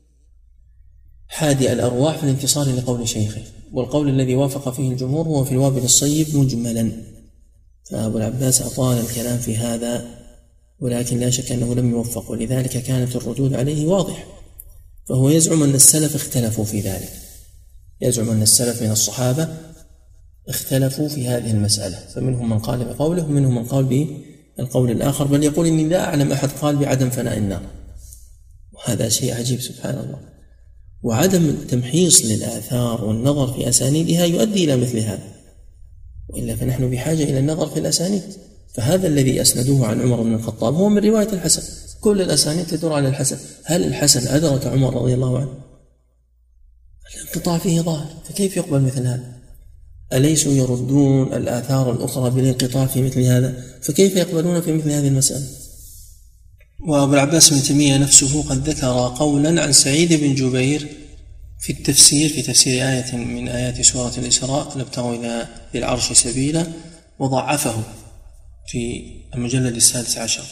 حادي الأرواح في الانتصار لقول شيخه. والقول الذي وافق فيه الجمهور هو في الوابل الصيب مجملا. فأبو العباس أطال الكلام في هذا، ولكن لا شك أنه لم يوفق، ولذلك كانت الردود عليه واضح. فهو يزعم أن السلف اختلفوا في ذلك، يزعم أن السلف من الصحابة اختلفوا في هذه المسألة، فمنهم من قال بقوله ومنهم من قال بالقول الآخر، بل يقول إني لا أعلم أحد قال بعدم فناء النار، وهذا شيء عجيب سبحان الله. وعدم التمحيص للآثار والنظر في أسانيدها يؤدي إلى مثل هذا، وإلا فنحن بحاجة إلى النظر في الأسانيد. فهذا الذي أسندوه عن عمر بن الخطاب هو من رواية الحسن، كل الأسانيد تدور على الحسن. هل الحسن أدرك عمر رضي الله عنه؟ الانقطاع فيه ظاهر، فكيف يقبل مثل هذا؟ أليسوا يردون الآثار الأخرى بالانقطاع في مثل هذا؟ فكيف يقبلون في مثل هذه المسألة؟ وأبو العباس بن تيمية نفسه قد ذكر قولا عن سعيد بن جبير في التفسير في تفسير آية من آيات سورة الإسراء لابتغوا إلى ذي العرش سبيلا، وضعفه في المجلد السادس عشر،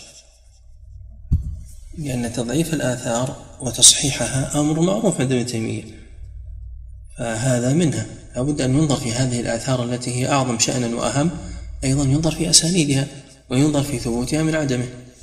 لأن تضعيف الآثار وتصحيحها أمر معروف عند ابن تيمية، فهذا منها. لابد أن ينظر في هذه الآثار التي هي أعظم شأنا وأهم، أيضا ينظر في أسانيدها وينظر في ثبوتها من عدمه.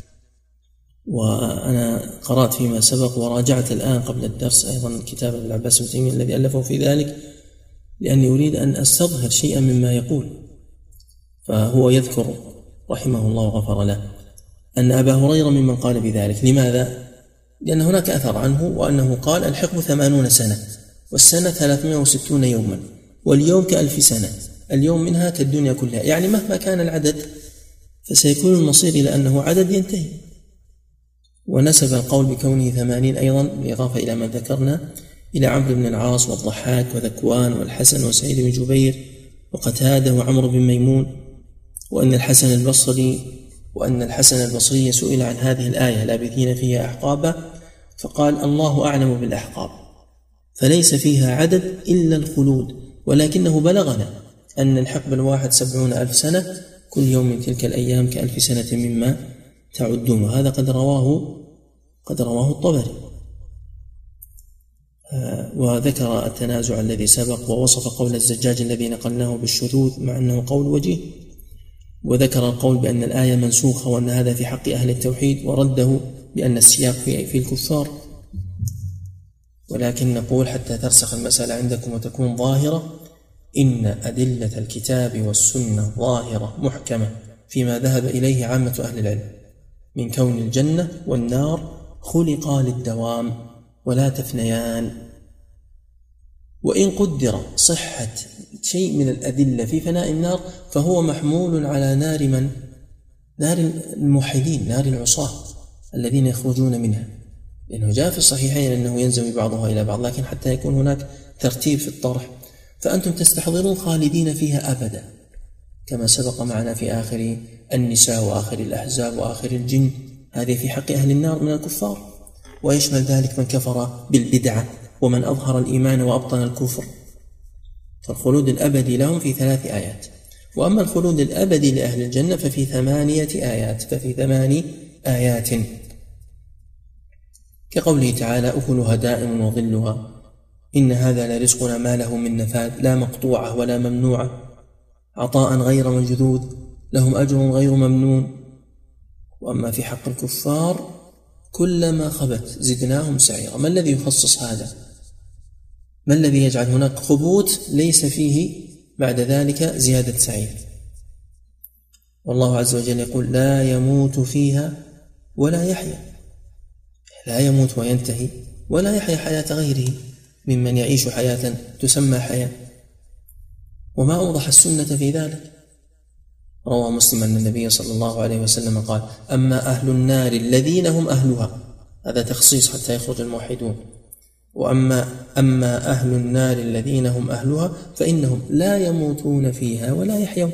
وأنا قرأت فيما سبق وراجعت الآن قبل الدرس أيضا كتاب ابن العباس بن تيمية الذي ألفه في ذلك، لأني أريد أن أستظهر شيئا مما يقول. فهو يذكر رحمه الله وغفر له أن أبا هريرة ممن قال بذلك. لماذا؟ لأن هناك أثر عنه وأنه قال الحقب ثمانون سنة والسنة ثلاثمائة وستون يوما واليوم كألف سنة، اليوم منها كالدنيا كلها، يعني مهما كان العدد فسيكون المصير إلى أنه عدد ينتهي. ونسب القول بكونه ثمانين أيضا بالإضافة إلى ما ذكرنا إلى عمرو بن العاص والضحاك وذكوان والحسن وسعيد بن جبير وقتادة وعمرو بن ميمون، وأن الحسن البصري وأن الحسن البصري سئل عن هذه الآية لابثين فيها أحقابا فقال الله أعلم بالأحقاب، فليس فيها عدد إلا الخلود، ولكنه بلغنا أن الحقب الواحد سبعون ألف سنة، كل يوم من تلك الأيام كألف سنة مما تعدون. وهذا قد رواه قد رواه الطبري. وذكر التنازع الذي سبق ووصف قول الزجاج الذي نقلناه بالشذوذ مع أنه قول وجيه، وذكر القول بأن الآية منسوخة وأن هذا في حق أهل التوحيد، ورده بأن السياق في, في الكفار. ولكن نقول حتى ترسخ المسألة عندكم وتكون ظاهرة، إن أدلة الكتاب والسنة ظاهرة محكمة فيما ذهب إليه عامة أهل العلم من كون الجنة والنار خلقا للدوام ولا تفنيان. وإن قدر صحة شيء من الأدلة في فناء النار فهو محمول على نار من؟ نار الموحدين، نار العصاة الذين يخرجون منها، لأنه جاء في الصحيحين أنه ينزوي بعضها إلى بعض، لكن حتى يكون هناك ترتيب في الطرح فأنتم تستحضرون خالدين فيها أبدا، كما سبق معنا في آخر النساء وآخر الأحزاب وآخر الجن، هذه في حق أهل النار من الكفار، ويشمل ذلك من كفر بالبدعة ومن أظهر الإيمان وأبطن الكفر. فالخلود الأبدي لهم في ثلاث آيات. وأما الخلود الأبدي لأهل الجنة ففي ثمانية آيات ففي ثماني آيات كقوله تعالى: أكلها دائم وظلها إن هذا لرزقنا ما له من نفاد لا مقطوعة ولا ممنوعة عطاء غير مجذوذ لهم أجر غير ممنون. وأما في حق الكفار كلما خبت زدناهم سعيرا. ما الذي يخصص هذا؟ ما الذي يجعل هناك خبوت ليس فيه بعد ذلك زيادة سعير؟ والله عز وجل يقول: لا يموت فيها ولا يحيا. لا يموت وينتهي ولا يحيا حياة غيره ممن يعيش حياة تسمى حياة. وما أوضح السنة في ذلك. روى مسلم أن النبي صلى الله عليه وسلم قال: أما أهل النار الذين هم أهلها، هذا تخصيص حتى يخرج الموحدون، وأما أما أهل النار الذين هم أهلها فإنهم لا يموتون فيها ولا يحيون.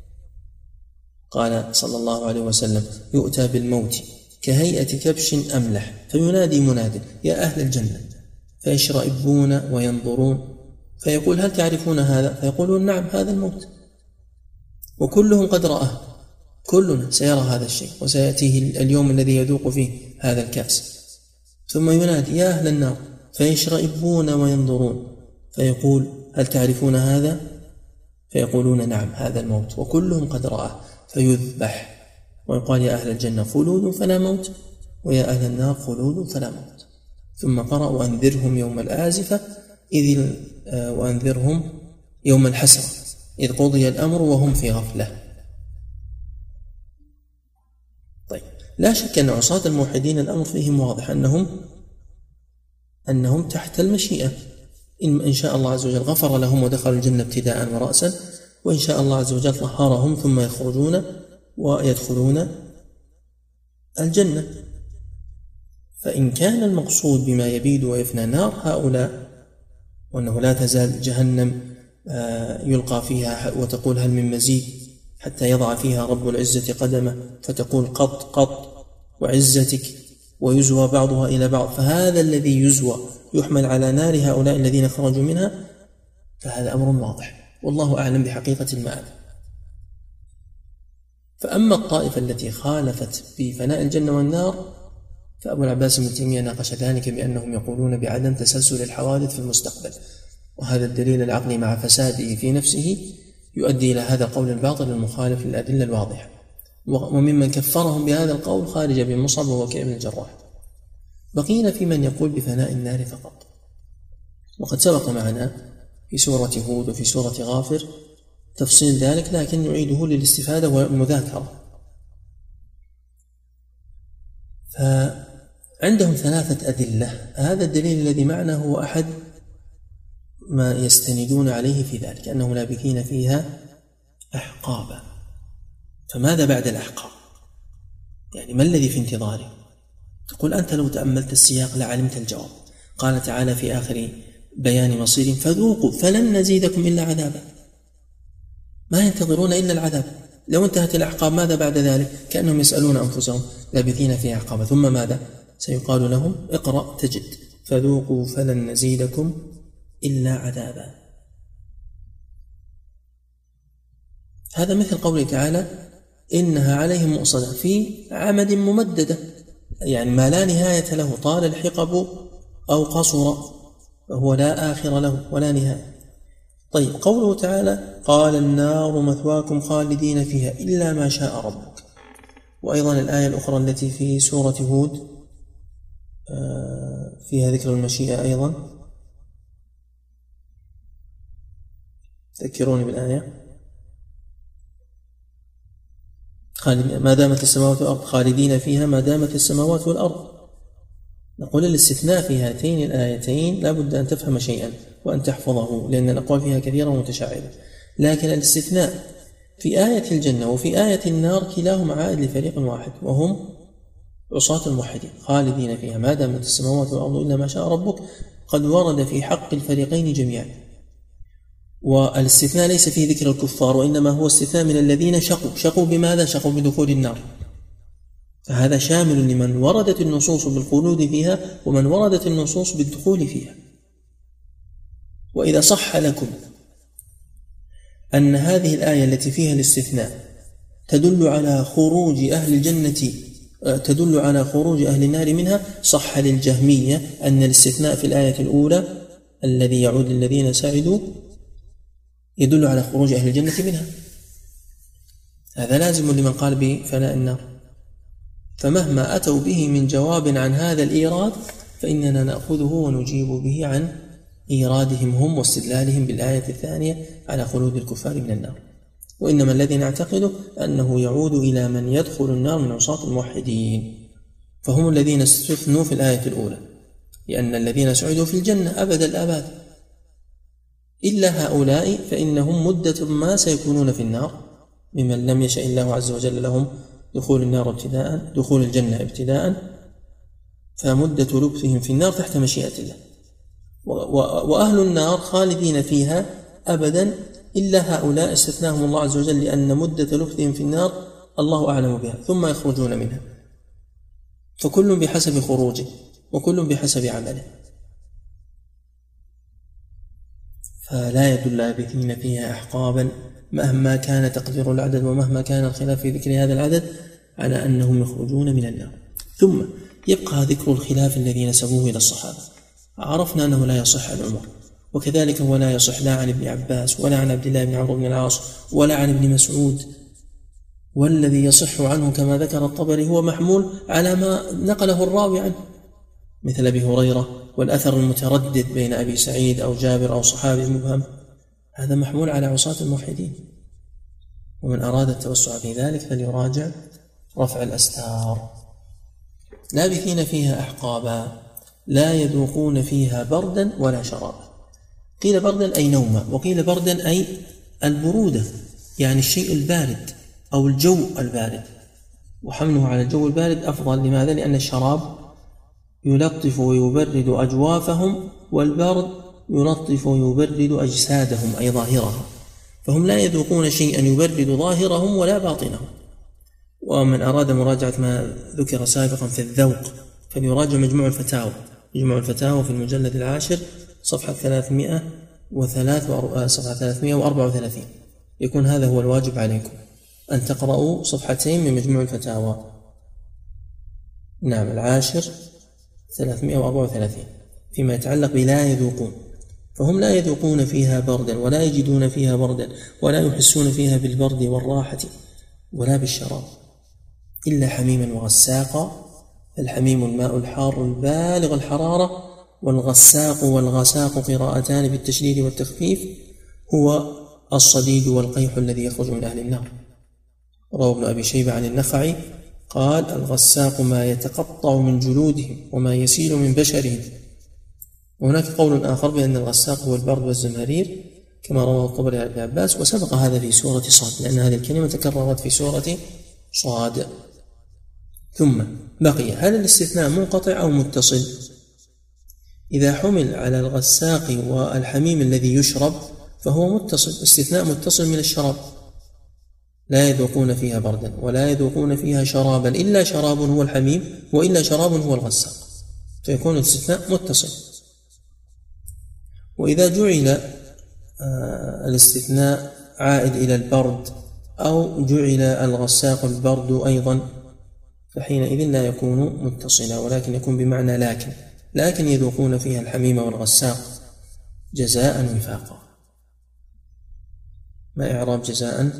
قال صلى الله عليه وسلم: يؤتى بالموت كهيئة كبش أملح فينادي مناد: يا أهل الجنة، فيشرئبون وينظرون فيقول: هل تعرفون هذا؟ فيقولون: نعم، هذا الموت. وكلهم قد رآه، كلنا سيرى هذا الشيء وسيأتيه اليوم الذي يذوق فيه هذا الكأس. ثم ينادي: يا أهل النار، فيشرئبون وينظرون فيقول: هل تعرفون هذا؟ فيقولون: نعم، هذا الموت. وكلهم قد رآه فيذبح ويقال: يا أهل الجنة خلود فلا موت، ويا أهل النار خلود فلا موت. ثم قرأ: وأنذرهم يوم الآزفة إذ وأنذرهم يوم الحسرة إذ قضي الأمر وهم في غفلة. طيب، لا شك أن عصاة الموحدين الأمر فيهم واضح، أنهم أنهم تحت المشيئة. إن شاء الله عز وجل غفر لهم ودخلوا الجنة ابتداء ورأسا، وإن شاء الله عز وجل طهرهم ثم يخرجون ويدخلون الجنة. فإن كان المقصود بما يبيد ويفنى نار هؤلاء، وأنه لا تزال جهنم يلقى فيها وتقول: هل من مزيد، حتى يضع فيها رب العزة قدمه فتقول: قط قط وعزتك، ويزوى بعضها إلى بعض. فهذا الذي يزوى يحمل على نار هؤلاء الذين خرجوا منها، فهذا أمر واضح، والله أعلم بحقيقة المآب. فأما الطائفة التي خالفت في فناء الجنة والنار فأبو العباس ابن تيمية ناقش ذلك بأنهم يقولون بعدم تسلسل الحوادث في المستقبل، وهذا الدليل العقلي مع فساده في نفسه يؤدي إلى هذا القول الباطل المخالف للأدلة الواضحة. وممن كفرهم بهذا القول خارج بن مصعب ووكيع بن الجراح. بقينا في من يقول بفناء النار فقط، وقد سبق معنا في سورة هود وفي سورة غافر تفصيل ذلك، لكن نعيده للاستفادة والمذاكرة. فعندهم ثلاثة أدلة. هذا الدليل الذي معنا هو أحد ما يستندون عليه في ذلك، أنهم لابثين فيها أحقابا. فماذا بعد الأحقاب؟ يعني ما الذي في انتظاره؟ تقول أنت لو تأملت السياق لعلمت الجواب. قال تعالى في آخر بيان مصير: فذوقوا فلن نزيدكم إلا عذابا. ما ينتظرون إلا العذاب. لو انتهت الأحقاب ماذا بعد ذلك؟ كأنهم يسألون أنفسهم لابثين فيها أحقابا، ثم ماذا؟ سيقال لهم: اقرأ تجد فذوقوا فلن نزيدكم إلا عذابا. هذا مثل قوله تعالى: إنها عليهم مؤصدة في عمد ممددة، يعني ما لا نهاية له، طال الحقب أو قصر، فهو لا آخر له ولا نهاية. طيب، قوله تعالى: قال النار مثواكم خالدين فيها إلا ما شاء ربك. وأيضا الآية الأخرى التي في سورة هود فيها ذكر المشيئة أيضا، تذكروني بالآية: ما دامت السماوات والأرض خالدين فيها ما دامت السماوات والأرض. نقول الاستثناء في هاتين الآيتين لا بد أن تفهم شيئا وأن تحفظه، لأن الأقوال فيها كثيرة ومتشعبة. لكن الاستثناء في آية الجنة وفي آية النار كلاهما عائد لفريق واحد، وهم عصاة الموحدين خالدين فيها ما دامت السماوات والأرض إلا ما شاء ربك، قد ورد في حق الفريقين جميعا. والاستثناء ليس فيه ذكر الكفار، وإنما هو استثناء من الذين شقوا. شقوا بماذا؟ شقوا بدخول النار. فهذا شامل لمن وردت النصوص بالخلود فيها ومن وردت النصوص بالدخول فيها. وإذا صح لكم أن هذه الآية التي فيها الاستثناء تدل على خروج أهل الجنة تدل على خروج أهل النار منها، صح للجهمية أن الاستثناء في الآية الأولى الذي يعود للذين سعدوا يدل على خروج أهل الجنة منها. هذا لازم لمن قال بفناء النار. فمهما أتوا به من جواب عن هذا الإيراد فإننا نأخذه ونجيب به عن إيرادهم هم واستدلالهم بالآية الثانية على خلود الكفار من النار. وإنما الذي نعتقده أنه يعود إلى من يدخل النار من عصاة الموحدين، فهم الذين استثنوا في الآية الأولى، لأن الذين سعدوا في الجنة أبد الآباد، إلا هؤلاء فإنهم مدة ما سيكونون في النار ممن لم يشاء الله عز وجل لهم دخول النار ابتداء دخول الجنة ابتداء، فمدة لبثهم في النار تحت مشيئة الله. وأهل النار خالدين فيها أبدا إلا هؤلاء استثناهم الله عز وجل، لأن مدة لبثهم في النار الله أعلم بها، ثم يخرجون منها. فكل بحسب خروجه وكل بحسب عمله، فلا يدل لابثين فيها أحقابا مهما كان تقدير العدد ومهما كان الخلاف في ذكر هذا العدد على أنهم يخرجون من النار. ثم يبقى ذكر الخلاف الذي نسبوه إلى الصحابة. عرفنا أنه لا يصح عن عمر، وكذلك هو لا يصح لا عن ابن عباس ولا عن عبد الله بن عمرو بن العاص ولا عن ابن مسعود، والذي يصح عنه كما ذكر الطبري هو محمول على ما نقله الراوي عنه مثل أبي هريرة، والأثر المتردد بين أبي سعيد أو جابر أو صحابي مبهم، هذا محمول على عصاة الموحدين. ومن أراد التوسع في ذلك فليراجع رفع الأستار. لابثين فيها أحقابا لا يذوقون فيها بردا ولا شرابا. قيل بردا أي نوما، وقيل بردا أي البرودة، يعني الشيء البارد أو الجو البارد، وحمله على الجو البارد أفضل. لماذا؟ لأن الشراب يلطف ويبرد أجوافهم، والبرد يلطف ويبرد أجسادهم أي ظاهرها، فهم لا يذوقون شيئا يبرد ظاهرهم ولا باطنهم. ومن أراد مراجعة ما ذكر سابقا في الذوق فليراجع مجموع الفتاوى مجموع الفتاوى في المجلد العاشر صفحة ثلاثمائة وثلاثة صفحة ثلاثمائة وأربعة وثلاثين. يكون هذا هو الواجب عليكم، أن تقرأوا صفحتين من مجموع الفتاوى. نعم، العاشر ثلاثمائة وأربعة وثلاثين فيما يتعلق بلا يذوقون. فهم لا يذوقون فيها بردا ولا يجدون فيها بردا ولا يحسون فيها بالبرد والراحة ولا بالشراب إلا حميما وغساقا. الحميم الماء الحار البالغ الحرارة، والغساق والغساق قراءتان بالتشديد والتخفيف هو الصديد والقيح الذي يخرج من أهل النار. روى ابن أبي شيبة عن النخعي قال: الغساق ما يتقطع من جلودهم وما يسيل من بشرهم. وهناك قول آخر بأن الغساق هو البرد والزمهرير كما رواه الطبري عن ابن عباس، وسبق هذا في سورة صاد لأن هذه الكلمة تكررت في سورة صاد. ثم بقي هل الاستثناء منقطع أو متصل؟ إذا حمل على الغساق والحميم الذي يشرب فهو متصل، استثناء متصل من الشراب. لا يذوقون فيها بردا ولا يذوقون فيها شرابا إلا شراب هو الحميم وإلا شراب هو الغساق، فيكون الاستثناء متصل. وإذا جعل الاستثناء عائد إلى البرد أو جعل الغساق البرد أيضا فحينئذ لا يكون متصلا، ولكن يكون بمعنى لكن لكن يذوقون فيها الحميم والغساق جزاء وفاقا. ما إعراب جزاء؟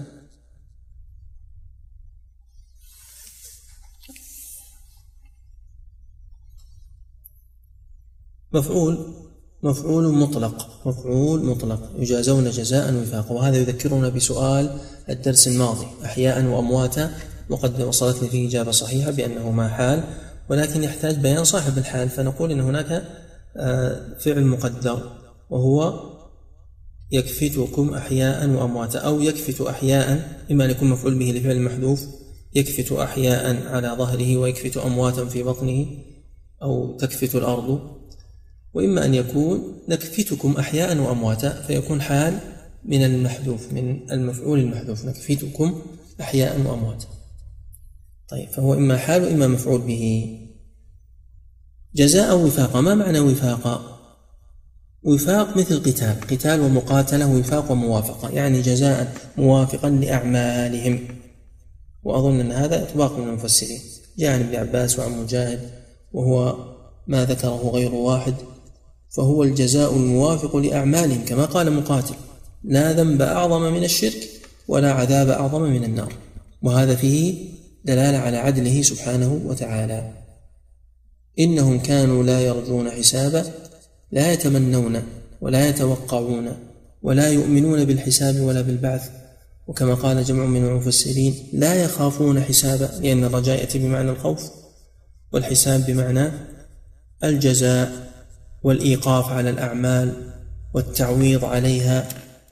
مفعول مفعول مطلق مفعول مطلق يجازون جزاء وفاقا. وهذا يذكرنا بسؤال الدرس الماضي: أحياء وأمواتا، وقد وصلتني فيه إجابة صحيحة بأنه ما حال، ولكن يحتاج بيان صاحب الحال. فنقول إن هناك فعل مقدر وهو يكفتكم أحياء وأمواتا، أو يكفت أحياء، إما أن يكون مفعول به لفعل محذوف يكفت أحياء على ظهره ويكفت أمواتا في بطنه، أو تكفت الأرض، وإما أن يكون نكفتكم أحياء وأمواتا فيكون حال من المحذوف من المفعول المحذوف، نكفتكم أحياء وأمواتا. طيب، فهو إما حال وإما مفعول به. جزاء وفاقا، ما معنى وفاقا؟ وفاق مثل قتال، قتال ومقاتلة، وفاق وموافقة، يعني جزاء موافقا لأعمالهم. وأظن أن هذا إطباق من المفسرين، جاء عن ابن عباس وعن مجاهد، وهو ما ذكره غير واحد، فهو الجزاء الموافق لأعمالهم، كما قال مقاتل: لا ذنب أعظم من الشرك ولا عذاب أعظم من النار. وهذا فيه دلالة على عدله سبحانه وتعالى. إنهم كانوا لا يرجون حسابا، لا يتمنون ولا يتوقعون ولا يؤمنون بالحساب ولا بالبعث. وكما قال جمع من المفسرين: لا يخافون حسابا، لأن الرجاء يأتي بمعنى الخوف، والحساب بمعنى الجزاء والإيقاف على الأعمال والتعويض عليها.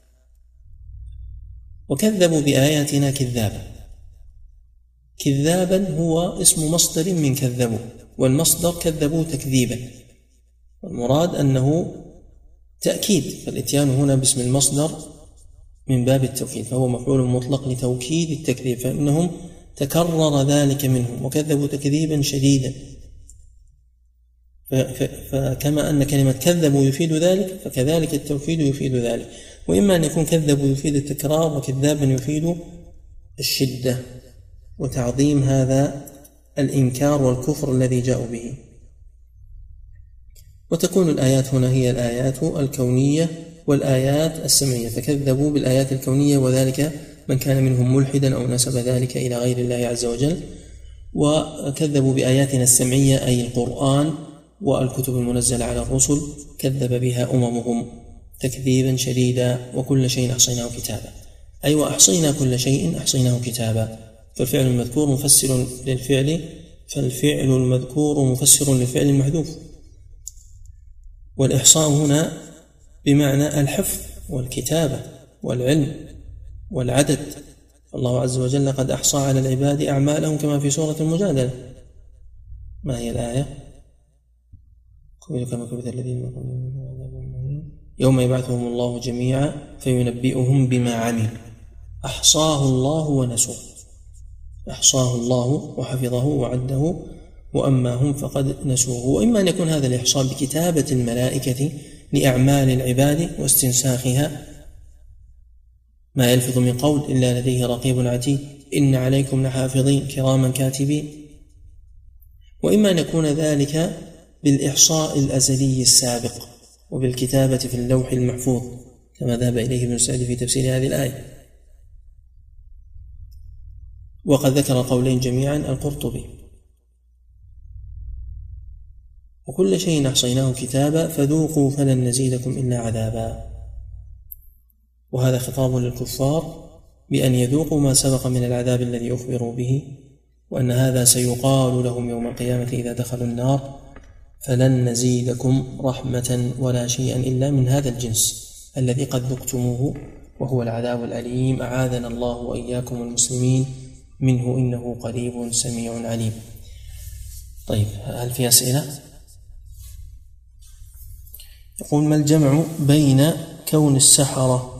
وكذبوا بآياتنا كذابا. كذابا هو اسم مصدر من كذبوا، والمصدر كذبوا تكذيبا، والمراد أنه تأكيد، فالإتيان هنا باسم المصدر من باب التوكيد، فهو مفعول مطلق لتوكيد التكذيب، فإنهم تكرر ذلك منهم وكذبوا تكذيبا شديدا. فكما أن كلمة كذبوا يفيد ذلك، فكذلك التوكيد يفيد ذلك. وإما أن يكون كذبوا يفيد التكرار، وكذابا يفيد الشدة وتعظيم هذا الإنكار والكفر الذي جاءوا به. وتكون الآيات هنا هي الآيات الكونية والآيات السمعية، فكذبوا بالآيات الكونية، وذلك من كان منهم ملحدا أو نسب ذلك إلى غير الله عز وجل. وكذبوا بآياتنا السمعية أي القرآن والكتب المنزلة على الرسل، كذب بها أممهم تكذيبا شديدا. وكل شيء أحصيناه كتابا، أي وأحصينا كل شيء أحصيناه كتابا. فالفعل المذكور مفسر للفعل، فالفعل المذكور مفسر للفعل المحذوف. والإحصاء هنا بمعنى الحفظ والكتابة والعلم والعدد. الله عز وجل قد أحصى على العباد أعمالهم، كما في سورة المجادلة. ما هي الآية؟ كما كبت الذين يوم يبعثهم الله جميعا فينبئهم بما عملوا أحصاه الله ونسوه. أحصاه الله وحفظه وعده، وأما هم فقد نسوه. وإما أن يكون هذا الإحصاء بكتابة الملائكة لأعمال العباد واستنساخها، ما يلفظ من قول إلا لديه رقيب عتيد إن عليكم لحافظين كراما كاتبين. وإما أن يكون ذلك بالإحصاء الأزلي السابق وبالكتابة في اللوح المحفوظ، كما ذهب إليه ابن سعد في تفسير هذه الآية. وقد ذكر قولين جميعا القرطبي. وكل شيء أحصيناه كتابا فذوقوا فلن نزيدكم إلا عذابا. وهذا خطاب للكفار بأن يذوقوا ما سبق من العذاب الذي أخبروا به، وأن هذا سيقال لهم يوم القيامة إذا دخلوا النار: فلن نزيدكم رحمة ولا شيئا إلا من هذا الجنس الذي قد ذقتموه، وهو العذاب الأليم. أعاذنا الله وإياكم المسلمين منه، إنه قريب سميع عليم. طيب، هل في أسئلة؟ يقول: ما الجمع بين كون السحرة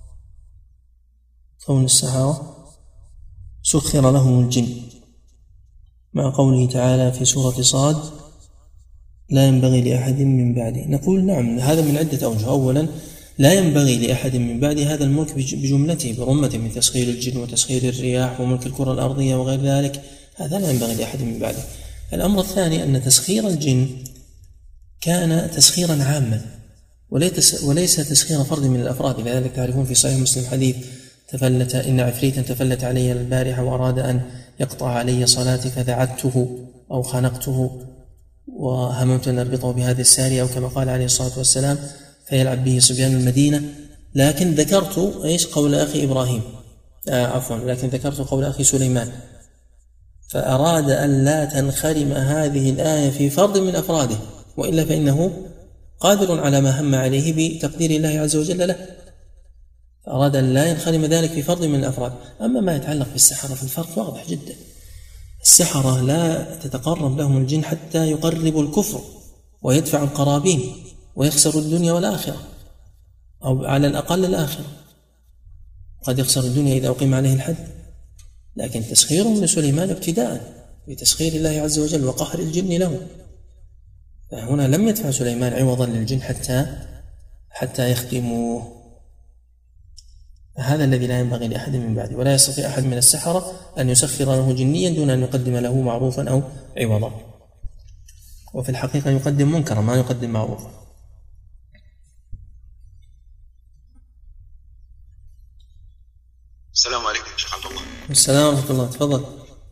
كون السحرة سخر لهم الجن مع قوله تعالى في سورة صاد: لا ينبغي لأحد من بعده؟ نقول: نعم، هذا من عدة أوجه. أولا، لا ينبغي لأحد من بعده هذا الملك بجملته برمته، من تسخير الجن وتسخير الرياح وملك الكرة الأرضية وغير ذلك، هذا لا ينبغي لأحد من بعده. الأمر الثاني أن تسخير الجن كان تسخيرا عاما وليس تسخير فرد من الأفراد. لذلك تعرفون في صحيح مسلم حديث: تفلت إن عفريتا تفلت علي البارحة وأراد أن يقطع علي صلاتي فدعته أو خنقته وهممت أن أربطه بهذه السارية، أو كما قال عليه الصلاة والسلام: فيلعب به صبيان المدينة. لكن ذكرت إيش قول أخي إبراهيم آه عفوا لكن ذكرت قول أخي سليمان، فأراد أن لا تنخرم هذه الآية في فرد من أفراده، وإلا فإنه قادر على ما هم عليه بتقدير الله عز وجل له، فأراد أن لا ينخرم ذلك في فرد من الأفراد. أما ما يتعلق بالسحرة فالفرق واضح جدا. السحرة لا تتقرب لهم الجن حتى يقربوا الكفر ويدفع القرابين ويخسر الدنيا والآخرة، أو على الأقل الآخرة. قد يخسر الدنيا إذا أقيم عليه الحد. لكن تسخير لسليمان ابتداء بتسخير الله عز وجل وقهر الجن له، فهنا لم يدفع سليمان عوضا للجن حتى حتى يختموه. هذا الذي لا ينبغي لأحد من بعده، ولا يستطيع أحد من السحرة أن يسخر له جنيا دون أن يقدم له معروفا أو عوضا، وفي الحقيقة يقدم منكرا ما يقدم معروفا. السلام عليكم شيخ عبد الله. السلام ورحمة الله، تفضل.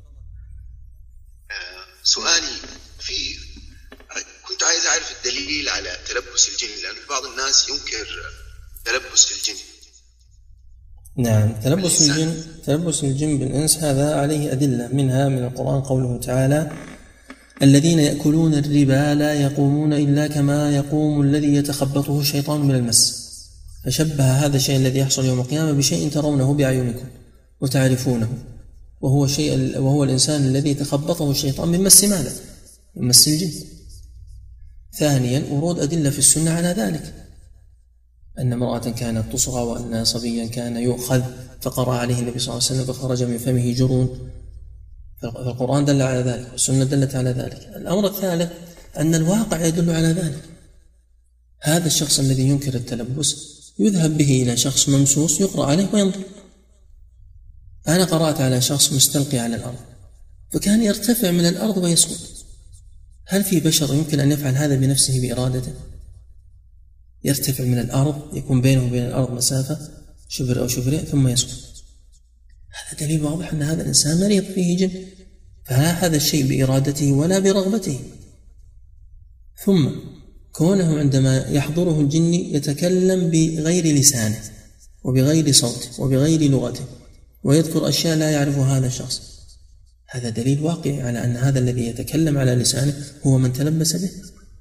سؤالي في كنت عايز أعرف الدليل على تلبس الجن، لأن بعض الناس ينكر تلبس في الجن. نعم، تلبس الجن تلبس الجن بالإنس هذا عليه أدلة، منها من القرآن قوله تعالى: الذين يأكلون الربا لا يقومون إلا كما يقوم الذي يتخبطه الشيطان من المس، فشبه هذا الشيء الذي يحصل يوم القيامة بشيء ترونه بأعينكم وتعرفونه، وهو شيء وهو الإنسان الذي تخبطه الشيطان من مس ماذا؟ من مس الجن. ثانيا، ورود أدلة في السنة على ذلك، أن امرأة كانت تصغى وأن صبيا كان يؤخذ فقرأ عليه النبي صلى الله عليه وسلم فخرج من فمه جرون، فالقرآن دل على ذلك والسنة دلت على ذلك. الأمر الثالث أن الواقع يدل على ذلك. هذا الشخص الذي ينكر التلبس يذهب به إلى شخص ممسوس يقرأ عليه وينظر. أنا قرأت على شخص مستلقي على الأرض فكان يرتفع من الأرض ويسقط. هل في بشر يمكن أن يفعل هذا بنفسه بإرادته؟ يرتفع من الأرض، يكون بينه وبين الأرض مسافة شبر أو شبرين ثم يسقط. هذا دليل واضح أن هذا الإنسان مريض فيه جن، فلا هذا الشيء بإرادته ولا برغبته. ثم كونه عندما يحضره الجن يتكلم بغير لسانه وبغير صوته وبغير لغته ويذكر أشياء لا يعرفها هذا الشخص، هذا دليل واقعي على أن هذا الذي يتكلم على لسانه هو من تلبس به.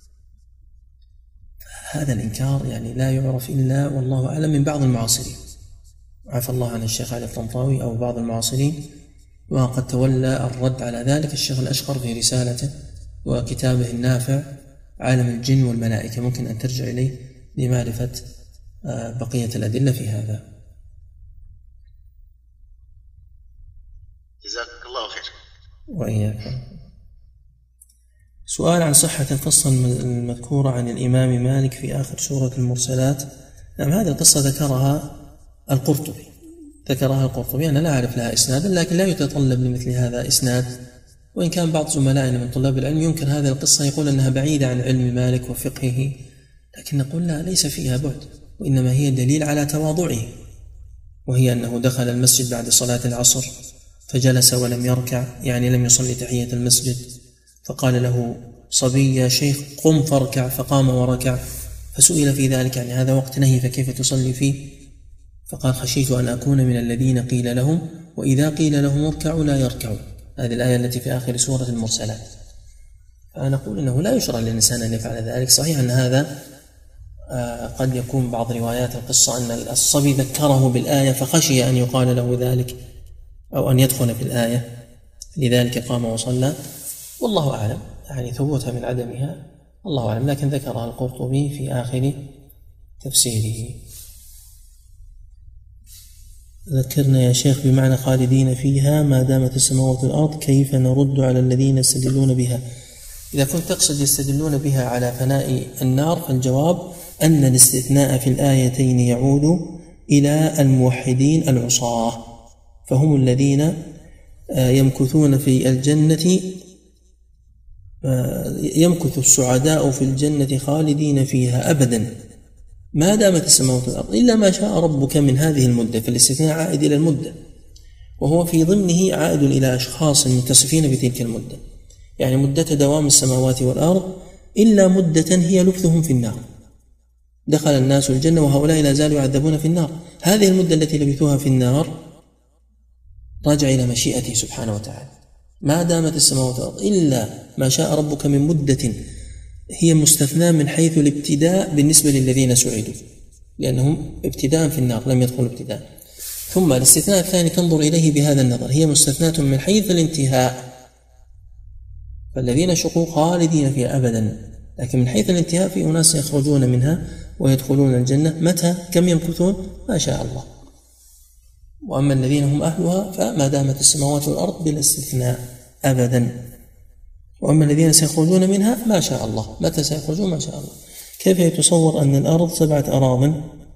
هذا الإنكار يعني لا يعرف إلا والله أعلم من بعض المعاصرين، عفى الله عن الشيخ علي الطنطاوي أو بعض المعاصرين، وقد تولى الرد على ذلك الشيخ الأشقر في رسالته وكتابه النافع عالم الجن والملائكة، ممكن أن ترجع إليه لمعرفة بقية الأدلة في هذا. جزاك الله خير. وإياك. سؤال عن صحة القصة المذكورة عن الإمام مالك في آخر سورة المرسلات. نعم، هذه القصة ذكرها القرطبي ذكرها القرطبي أنا لا أعرف لها إسنادا، لكن لا يتطلب لمثل هذا إسناد، وإن كان بعض زملائنا من طلاب العلم يمكن هذه القصة يقول أنها بعيدة عن علم مالك وفقهه، لكن نقول لا، ليس فيها بعد، وإنما هي دليل على تواضعه، وهي أنه دخل المسجد بعد صلاة العصر فجلس ولم يركع، يعني لم يصلي تحية المسجد، فقال له صبي يا شيخ قم فاركع، فقام وركع، فسئل في ذلك يعني هذا وقت نهي فكيف تصلي فيه؟ فقال خشيت أن أكون من الذين قيل لهم وإذا قيل لهم اركعوا لا يركعوا، هذه الآية التي في آخر سورة المرسلات. فأنا أقول إنه لا يشرع للإنسان أن يفعل ذلك. صحيح أن هذا آه قد يكون بعض روايات القصة أن الصبي ذكره بالآية فخشي أن يقال له ذلك أو أن يدخل في الآية لذلك قام وصلى، والله أعلم، يعني ثبوتها من عدمها الله أعلم، لكن ذكرها القرطبي في آخر تفسيره. ذكرنا يا شيخ بمعنى خالدين فيها ما دامت السماوات والأرض، كيف نرد على الذين يستدلون بها؟ إذا كنت تقصد يستدلون بها على فناء النار، فالجواب أن الاستثناء في الآيتين يعود إلى الموحدين العصاة، فهم الذين يمكثون في الجنة، يمكث السعداء في الجنة خالدين فيها أبدا ما دامت السماوات والأرض إلا ما شاء ربك من هذه المدة، فالاستثناء عائد إلى المدة، وهو في ضمنه عائد إلى أشخاص متصفين بتلك المدة، يعني مدة دوام السماوات والأرض إلا مدة هي لبثهم في النار، دخل الناس الجنة وهؤلاء لا زالوا يعذبون في النار، هذه المدة التي لبثوها في النار راجع إلى مشيئته سبحانه وتعالى، ما دامت السماوات والأرض إلا ما شاء ربك من مدة هي مستثنى من حيث الابتداء بالنسبة للذين سعدوا، لأنهم ابتداء في النار لم يدخلوا ابتداء. ثم الاستثناء الثاني تنظر إليه بهذا النظر، هي مستثناة من حيث الانتهاء، فالذين شقوا خالدين فيها أبدا، لكن من حيث الانتهاء في أناس يخرجون منها ويدخلون الجنة متى كم يمكثون ما شاء الله، وأما الذين هم أهلها فما دامت السماوات والأرض بلا استثناء أبدا، وأما الذين سيخرجون منها ما شاء الله، متى سيخرجون ما شاء الله. كيف يتصور أن الأرض سبعة أراضٍ؟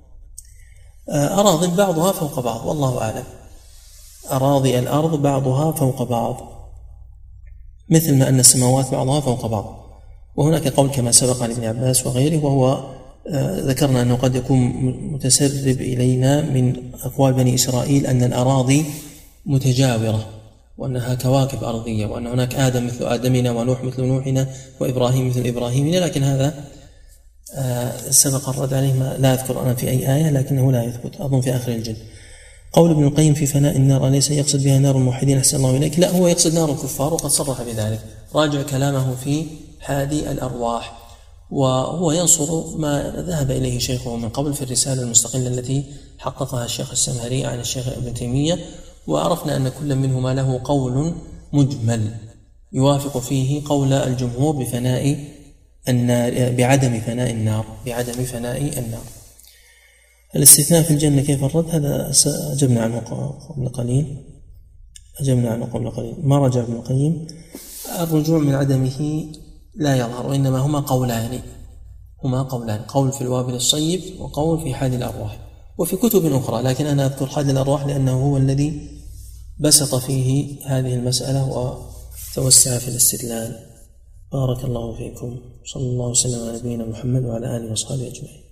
أراضٍ بعضها فوق بعض، والله أعلم. أراضي الأرض بعضها فوق بعض، مثل ما أن السماوات بعضها فوق بعض. وهناك قول كما سبق عن ابن عباس وغيره، وهو ذكرنا أنه قد يكون متسرب إلينا من أقوال بني إسرائيل أن الأراضي متجاورة وأنها كواكب أرضية، وأن هناك آدم مثل آدمنا ونوح مثل نوحنا وإبراهيم مثل إبراهيمنا، لكن هذا سبق الرد عليه، ما لا أذكر أنا في أي آية، لكنه لا يثبت، أظن في آخر الجن. قول ابن القيم في فناء النار أليس يقصد بها نار الموحدين أحسن الله إليك؟ لا، هو يقصد نار الكفار، وقد صرح بذلك، راجع كلامه في هادي الأرواح، وهو ينصر ما ذهب إليه شيخه من قبل في الرسالة المستقلة التي حققها الشيخ السمهري عن الشيخ ابن تيمية، وعرفنا أن كل منهما له قول مجمل يوافق فيه قول الجمهور بفناء النار، بعدم فناء النار، بعدم فناء النار. الاستثناء في الجنة كيف الرد؟ هذا أجبنا عنه قبل قليل، أجبنا عنه قبل قليل ما رجع ابن القيم. الرجوع من عدمه لا يظهر، وإنما هما قولان، هما قولان، قول في الوابل الصيب وقول في حاد الأرواح، وفي كتب أخرى، لكن أنا أذكر حاد الأرواح لأنه هو الذي بسط فيه هذه المسألة وتوسع في الاستدلال. بارك الله فيكم، صلى الله وسلم على نبينا محمد وعلى آله وصحبه أجمعين.